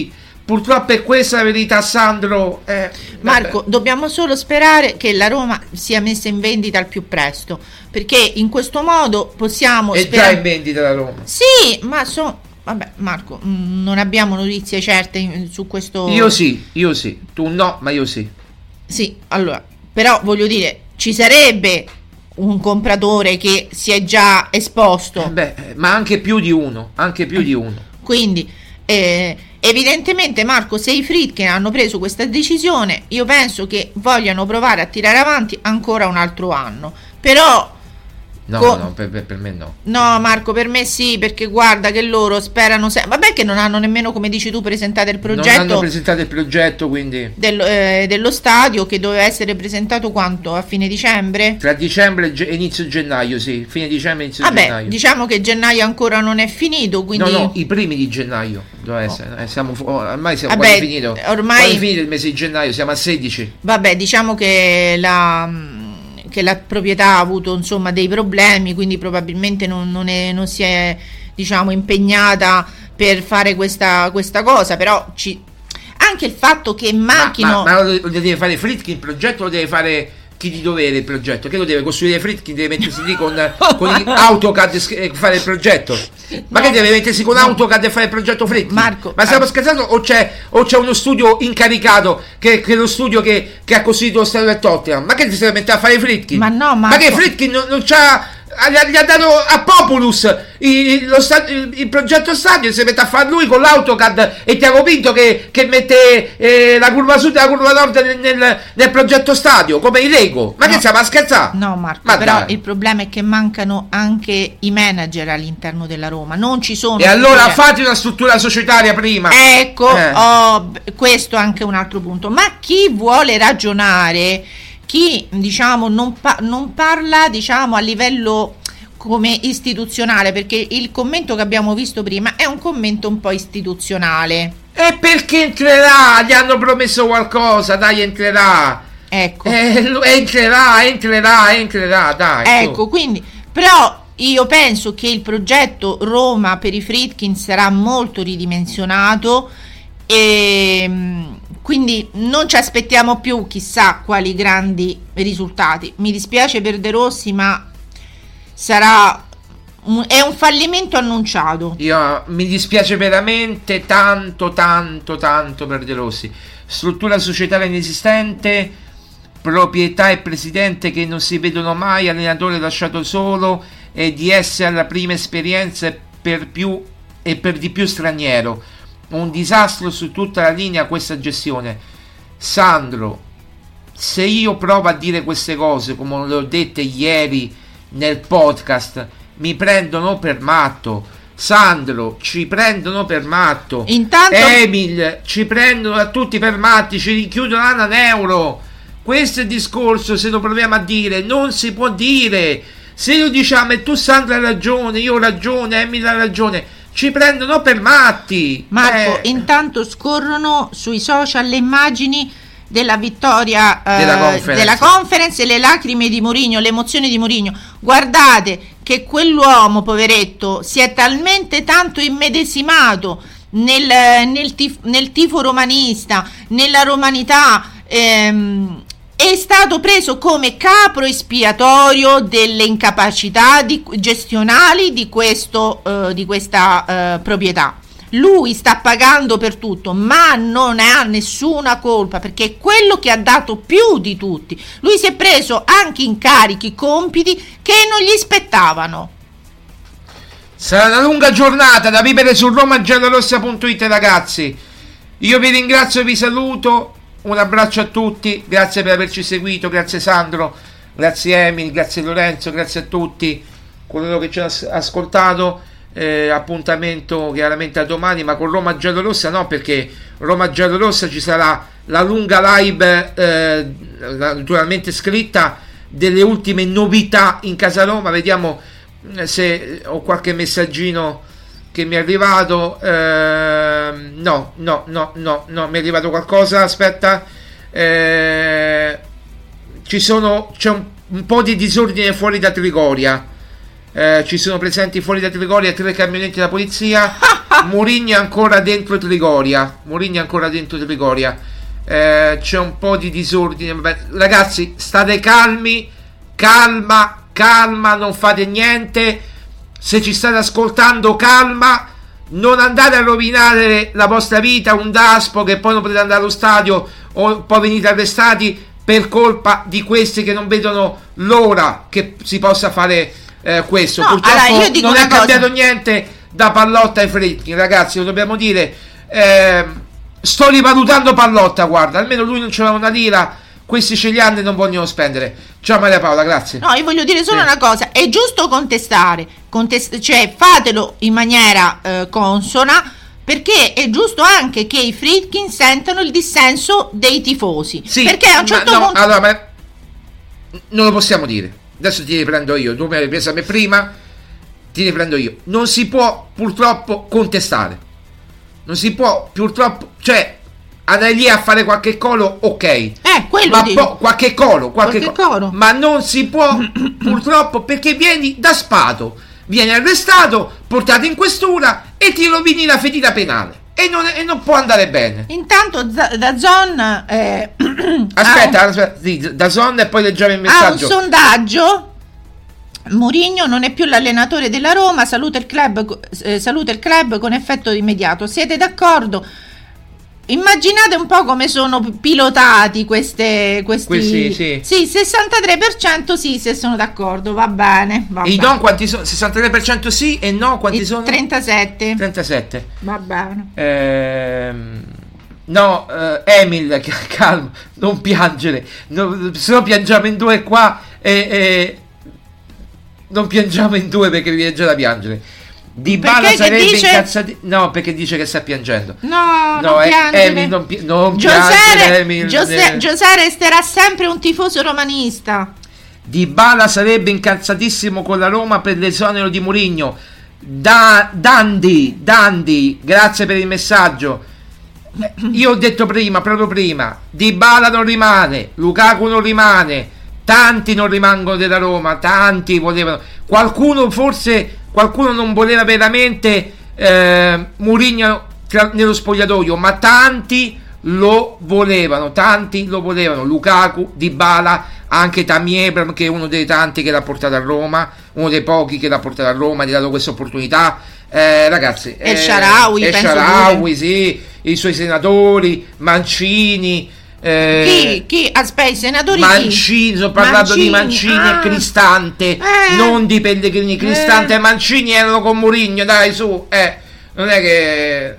purtroppo è questa la verità, Sandro. Eh, Marco, vabbè. Dobbiamo solo sperare che la Roma sia messa in vendita al più presto, perché in questo modo possiamo è sperare... già in vendita la Roma. Sì, ma so... vabbè, Marco, mh, non abbiamo notizie certe in, su questo. Io sì, io sì, tu no, ma io sì. Sì, allora, però voglio dire, ci sarebbe un compratore che si è già esposto. Eh beh, ma anche più di uno, anche più eh. di uno. Quindi, eh, evidentemente, Marco, se i Friedkin hanno preso questa decisione, io penso che vogliano provare a tirare avanti ancora un altro anno. Però No, Co- no, per, per me no. No, Marco, per me sì, perché guarda che loro sperano se- vabbè che non hanno nemmeno, come dici tu, presentato il progetto. Non hanno presentato il progetto, quindi del, eh, dello stadio, che doveva essere presentato quanto? A fine dicembre? Tra dicembre e ge- inizio gennaio, sì, fine dicembre e inizio vabbè, gennaio. Diciamo che gennaio ancora non è finito, quindi No, no, i primi di gennaio doveva essere. Eh, siamo fu- ormai siamo vabbè, quasi finito. Ormai quasi finito il mese di gennaio, siamo a sedici. Vabbè, diciamo che la che la proprietà ha avuto insomma dei problemi, quindi probabilmente non, non, è, non si è, diciamo, impegnata per fare questa, questa cosa, però ci, anche il fatto che manchino... Ma, ma, ma lo deve fare Friedkin il progetto, lo deve fare chi di dovere il progetto? Che lo deve costruire Friedkin, deve mettersi lì con, con AutoCAD e fare il progetto? Ma no, che deve mettersi con no. AutoCAD e fare il progetto Friedkin? Marco, ma stiamo ah, scherzando o c'è, o c'è uno studio incaricato che, che è lo studio che, che ha costruito lo stadio del Tottenham? Ma che ti deve mettere a fare Friedkin? Ma no, ma che Friedkin non, non c'ha... gli ha dato a Populus il, lo stadio, il, il progetto stadio, si mette a fare lui con l'AutoCAD e ti ha convinto che, che mette eh, la curva sud e la curva nord nel, nel, nel progetto stadio come i Lego. Ma no, che stiamo a scherzare? No, Marco, ma però dai. Il problema è che mancano anche i manager all'interno della Roma, non ci sono. E allora fate una struttura societaria prima. Ecco, eh. oh, questo è anche un altro punto. Ma chi vuole ragionare, chi diciamo non, pa- non parla diciamo a livello come istituzionale, perché il commento che abbiamo visto prima è un commento un po' istituzionale. E perché entrerà? Gli hanno promesso qualcosa, dai, entrerà. Ecco. Eh, entrerà, entrerà, entrerà, dai. Ecco, tu. Quindi, però io penso che il progetto Roma per i Friedkin sarà molto ridimensionato e quindi non ci aspettiamo più chissà quali grandi risultati. Mi dispiace per De Rossi, ma sarà un, è un fallimento annunciato. Io mi dispiace veramente tanto tanto tanto per De Rossi. Struttura societaria inesistente, proprietà e presidente che non si vedono mai, allenatore lasciato solo e D S alla prima esperienza per più e per di più straniero. Un disastro su tutta la linea questa gestione. Sandro, se io provo a dire queste cose come le ho dette ieri nel podcast, mi prendono per matto. Sandro, ci prendono per matto. Intanto Emil, ci prendono a tutti per matti, ci richiudono un euro. Questo è il discorso, se lo proviamo a dire, non si può dire. Se lo diciamo e tu Sandro hai ragione, io ho ragione, Emil ha ragione, ci prendono per matti. Marco, eh. intanto scorrono sui social le immagini della vittoria eh, della, conference. della conference e le lacrime di Mourinho, le emozioni di Mourinho. Guardate che quell'uomo, poveretto, si è talmente tanto immedesimato nel, nel, tif- nel tifo romanista, nella romanità, ehm, è stato preso come capro espiatorio delle incapacità di, gestionali di, questo, eh, di questa eh, proprietà. Lui sta pagando per tutto, ma non ha nessuna colpa, perché è quello che ha dato più di tutti. Lui si è preso anche incarichi, compiti che non gli spettavano. Sarà una lunga giornata da vivere su roma giallorossa punto it, ragazzi. Io vi ringrazio e vi saluto. Un abbraccio a tutti, grazie per averci seguito, grazie Sandro, grazie Emil, grazie Lorenzo, grazie a tutti coloro che ci hanno ascoltato. Eh, appuntamento chiaramente a domani, ma con Roma Giallorossa no, perché Roma Giallorossa ci sarà la lunga live eh, naturalmente scritta delle ultime novità in casa Roma. Vediamo se ho qualche messaggino che mi è arrivato. eh, no no no no no mi è arrivato qualcosa, aspetta. eh, ci sono c'è un, un po' di disordine fuori da Trigoria. Eh, ci sono presenti fuori da Trigoria tre camionetti della polizia Mourinho è ancora dentro Trigoria. Mourinho è ancora dentro Trigoria. Eh, c'è un po' di disordine. Ragazzi, state calmi. Calma, calma, non fate niente. Se ci state ascoltando, calma. Non andate a rovinare la vostra vita, un daspo che poi non potete andare allo stadio o poi venite arrestati per colpa di questi che non vedono l'ora che si possa fare eh, questo. No, Purtroppo allora, io dico non è una cambiato cosa. niente da Pallotta ai Friedkin, ragazzi, lo dobbiamo dire. Eh, sto rivalutando Pallotta, guarda, almeno lui non c'era una lira, questi ce li hanno e non vogliono spendere. Ciao Maria Paola, grazie. No, io voglio dire solo Sì. una cosa, è giusto contestare, contest- cioè fatelo in maniera eh, consona, perché è giusto anche che i Friedkin sentano il dissenso dei tifosi. Sì, perché a un certo ma no, punto... allora, ma non lo possiamo dire. Adesso ti riprendo io, tu mi hai preso a me prima, ti riprendo io. Non si può purtroppo contestare. Non si può purtroppo, cioè andare lì a fare qualche colo, ok. Eh, quello ma dico. po- qualche colo, qualche, Qualche co- colo. Ma non si può purtroppo, perché vieni da spato, vieni arrestato, portato in questura e ti rovini la fedina penale. E non, e non può andare bene. Intanto Z- DAZN eh, Aspetta, ha un, aspetta, sì, da Zon e poi leggiamo il ha un messaggio. sondaggio. Mourinho non è più l'allenatore della Roma, saluta il club, eh, saluta il club con effetto immediato. Siete d'accordo? Immaginate un po' come sono pilotati queste, questi, Questi, sì. sì, sessantatré per cento sì, se sono d'accordo, va bene, va E i bene. no quanti sono? sessantatré per cento sì e no quanti Il sono? trentasette. trentasette. Va bene. Ehm, no, eh, Emil, calma, non piangere. No, se no piangiamo in due qua e, e non piangiamo in due perché mi viene già da piangere. Dybala Perché che sarebbe dice? incazzati. No, perché dice che sta piangendo. No, No, non eh, piangere. Emil, non, pi- non Giuseppe, piangere, Emil. Giuseppe, eh. Giuseppe resterà sempre un tifoso romanista. Dybala sarebbe incazzatissimo con la Roma per l'esonero di Mourinho. Da, Dandi, Dandi, grazie per il messaggio. Io ho detto prima, proprio prima, Dybala non rimane, Lukaku non rimane, tanti non rimangono della Roma, tanti volevano. Qualcuno forse, qualcuno non voleva veramente eh, Mourinho tra- nello spogliatoio, ma tanti lo volevano, tanti lo volevano. Lukaku, Dybala, anche Tammy Abraham, che è uno dei tanti che l'ha portato a Roma, uno dei pochi che l'ha portato a Roma, gli ha dato questa opportunità. Eh, ragazzi, E eh, Shaarawy, e penso Shaarawy, pure. sì, i suoi senatori, Mancini. Eh, Chi? Chi? Aspetta, i senatori Mancini, chi? sto parlando Mancini, di Mancini ah. e Cristante, Eh. non di Pellegrini. Cristante Eh. e Mancini erano con Mourinho, dai, su, eh, non è che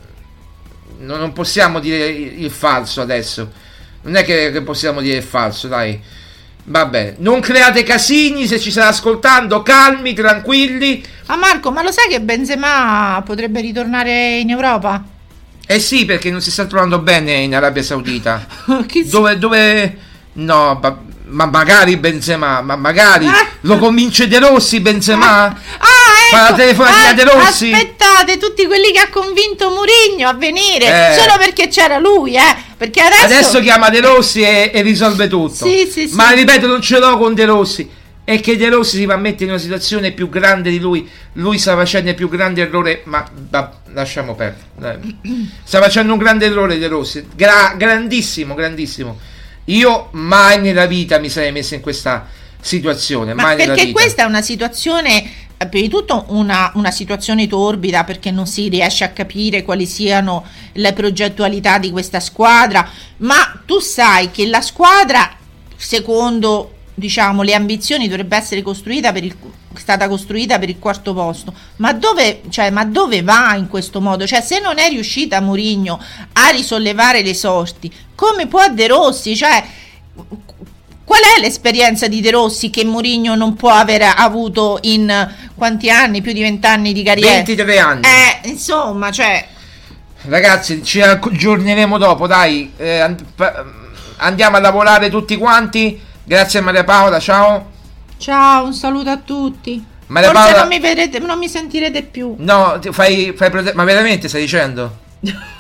no, non possiamo dire il falso adesso, non è che, che possiamo dire il falso, dai, va bene, non create casini. Se ci state ascoltando, calmi, tranquilli. Ah, Marco, ma lo sai che Benzema potrebbe ritornare in Europa? Eh sì, perché non si sta trovando bene in Arabia Saudita. Chi si- dove, dove no, ma, ma magari Benzema, ma magari Ah. lo convince De Rossi Benzema? Ah, Fa la ecco, telefonatina ah, De Rossi? aspettate, tutti quelli che ha convinto Mourinho a venire Eh. solo perché c'era lui, eh? Perché adesso, Adesso chiama De Rossi e, e risolve tutto. Sì, sì, sì. Ma ripeto, non ce l'ho con De Rossi. È che De Rossi si va a mettere in una situazione più grande di lui. Lui sta facendo il più grande errore. Ma, ma lasciamo perdere. Dai. Sta facendo un grande errore De Rossi. Gra- grandissimo, grandissimo. Io mai nella vita mi sarei messo in questa situazione. Ma mai nella perché vita. questa è una situazione, eh, prima di tutto una, una situazione torbida, perché non si riesce a capire quali siano le progettualità di questa squadra, ma tu sai che la squadra, secondo diciamo le ambizioni, dovrebbe essere costruita per il, stata costruita per il quarto posto. Ma dove, cioè, ma dove va in questo modo? Cioè, se non è riuscita Mourinho a risollevare le sorti, come può De Rossi? Cioè, qual è l'esperienza di De Rossi che Mourinho non può aver avuto in quanti anni? Più di vent'anni di carriera? ventitré anni. Eh, insomma, cioè... Ragazzi, ci aggiorneremo dopo, dai. Eh, and- pa- andiamo a lavorare tutti quanti. Grazie a Maria Paola, ciao. Ciao, un saluto a tutti. Maria Forse Paola- non mi vedrete, non mi sentirete più. No, ti fai, fai prote- ma veramente stai dicendo?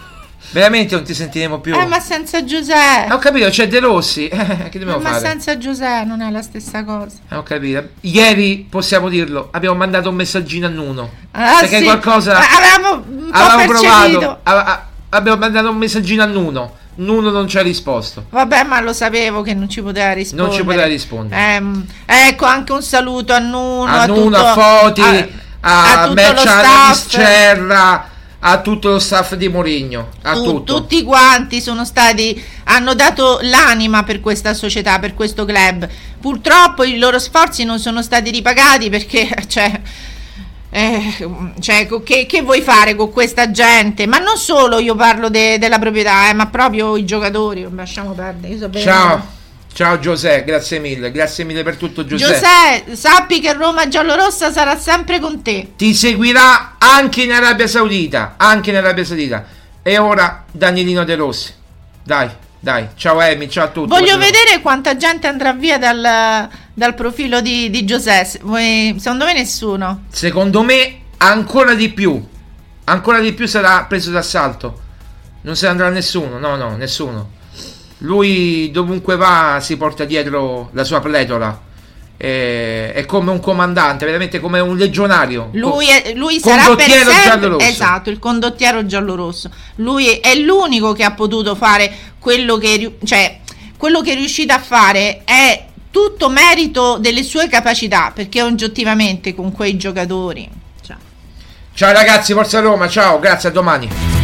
Veramente non ti sentiremo più. Eh, ma senza Giuseppe. Ho capito, c'è De Rossi. Eh, che dobbiamo eh, ma fare? Ma senza Giuseppe non è la stessa cosa. Eh, ho capito. Ieri, possiamo dirlo, abbiamo mandato un messaggino a Nuno. Ah, perché sì. qualcosa avevamo un po' avevamo percepito. provato. A- a- abbiamo mandato un messaggino a Nuno. Nuno non ci ha risposto. Vabbè, ma lo sapevo che non ci poteva rispondere. Non ci poteva rispondere. Ehm, ecco, anche un saluto a Nuno. A, a Nuno, tutto, a Foti, a, a, a tutto Match lo Analyst staff. Scerra, a tutto lo staff di Mourinho, a Tu, tutto. Tutti quanti sono stati, hanno dato l'anima per questa società, per questo club. Purtroppo i loro sforzi non sono stati ripagati perché, cioè, eh, cioè che, che vuoi fare con questa gente? Ma non solo io parlo de, della proprietà, eh, ma proprio i giocatori. Lasciamo perdere. Io so bene. Ciao. Ciao Giuseppe, grazie mille, grazie mille per tutto Giuseppe. Giuseppe, sappi che Roma giallorossa sarà sempre con te. Ti seguirà anche in Arabia Saudita, anche in Arabia Saudita. E ora Danielino De Rossi. Dai, dai, ciao Emi, ciao a tutti. Voglio vedere quanta gente andrà via dal, dal profilo di, di Giuseppe. Secondo me nessuno. Secondo me ancora di più. Ancora di più sarà preso d'assalto. Non se ne andrà nessuno, no, no, nessuno. Lui dovunque va si porta dietro la sua pletora, è, è come un comandante, veramente come un legionario. Lui, è, lui sarà per sempre, esatto, il condottiero giallorosso. Lui è l'unico che ha potuto fare quello che, cioè, quello che è riuscito a fare è tutto merito delle sue capacità, perché oggettivamente con quei giocatori. Ciao, ciao ragazzi, forza Roma, ciao, grazie, a domani.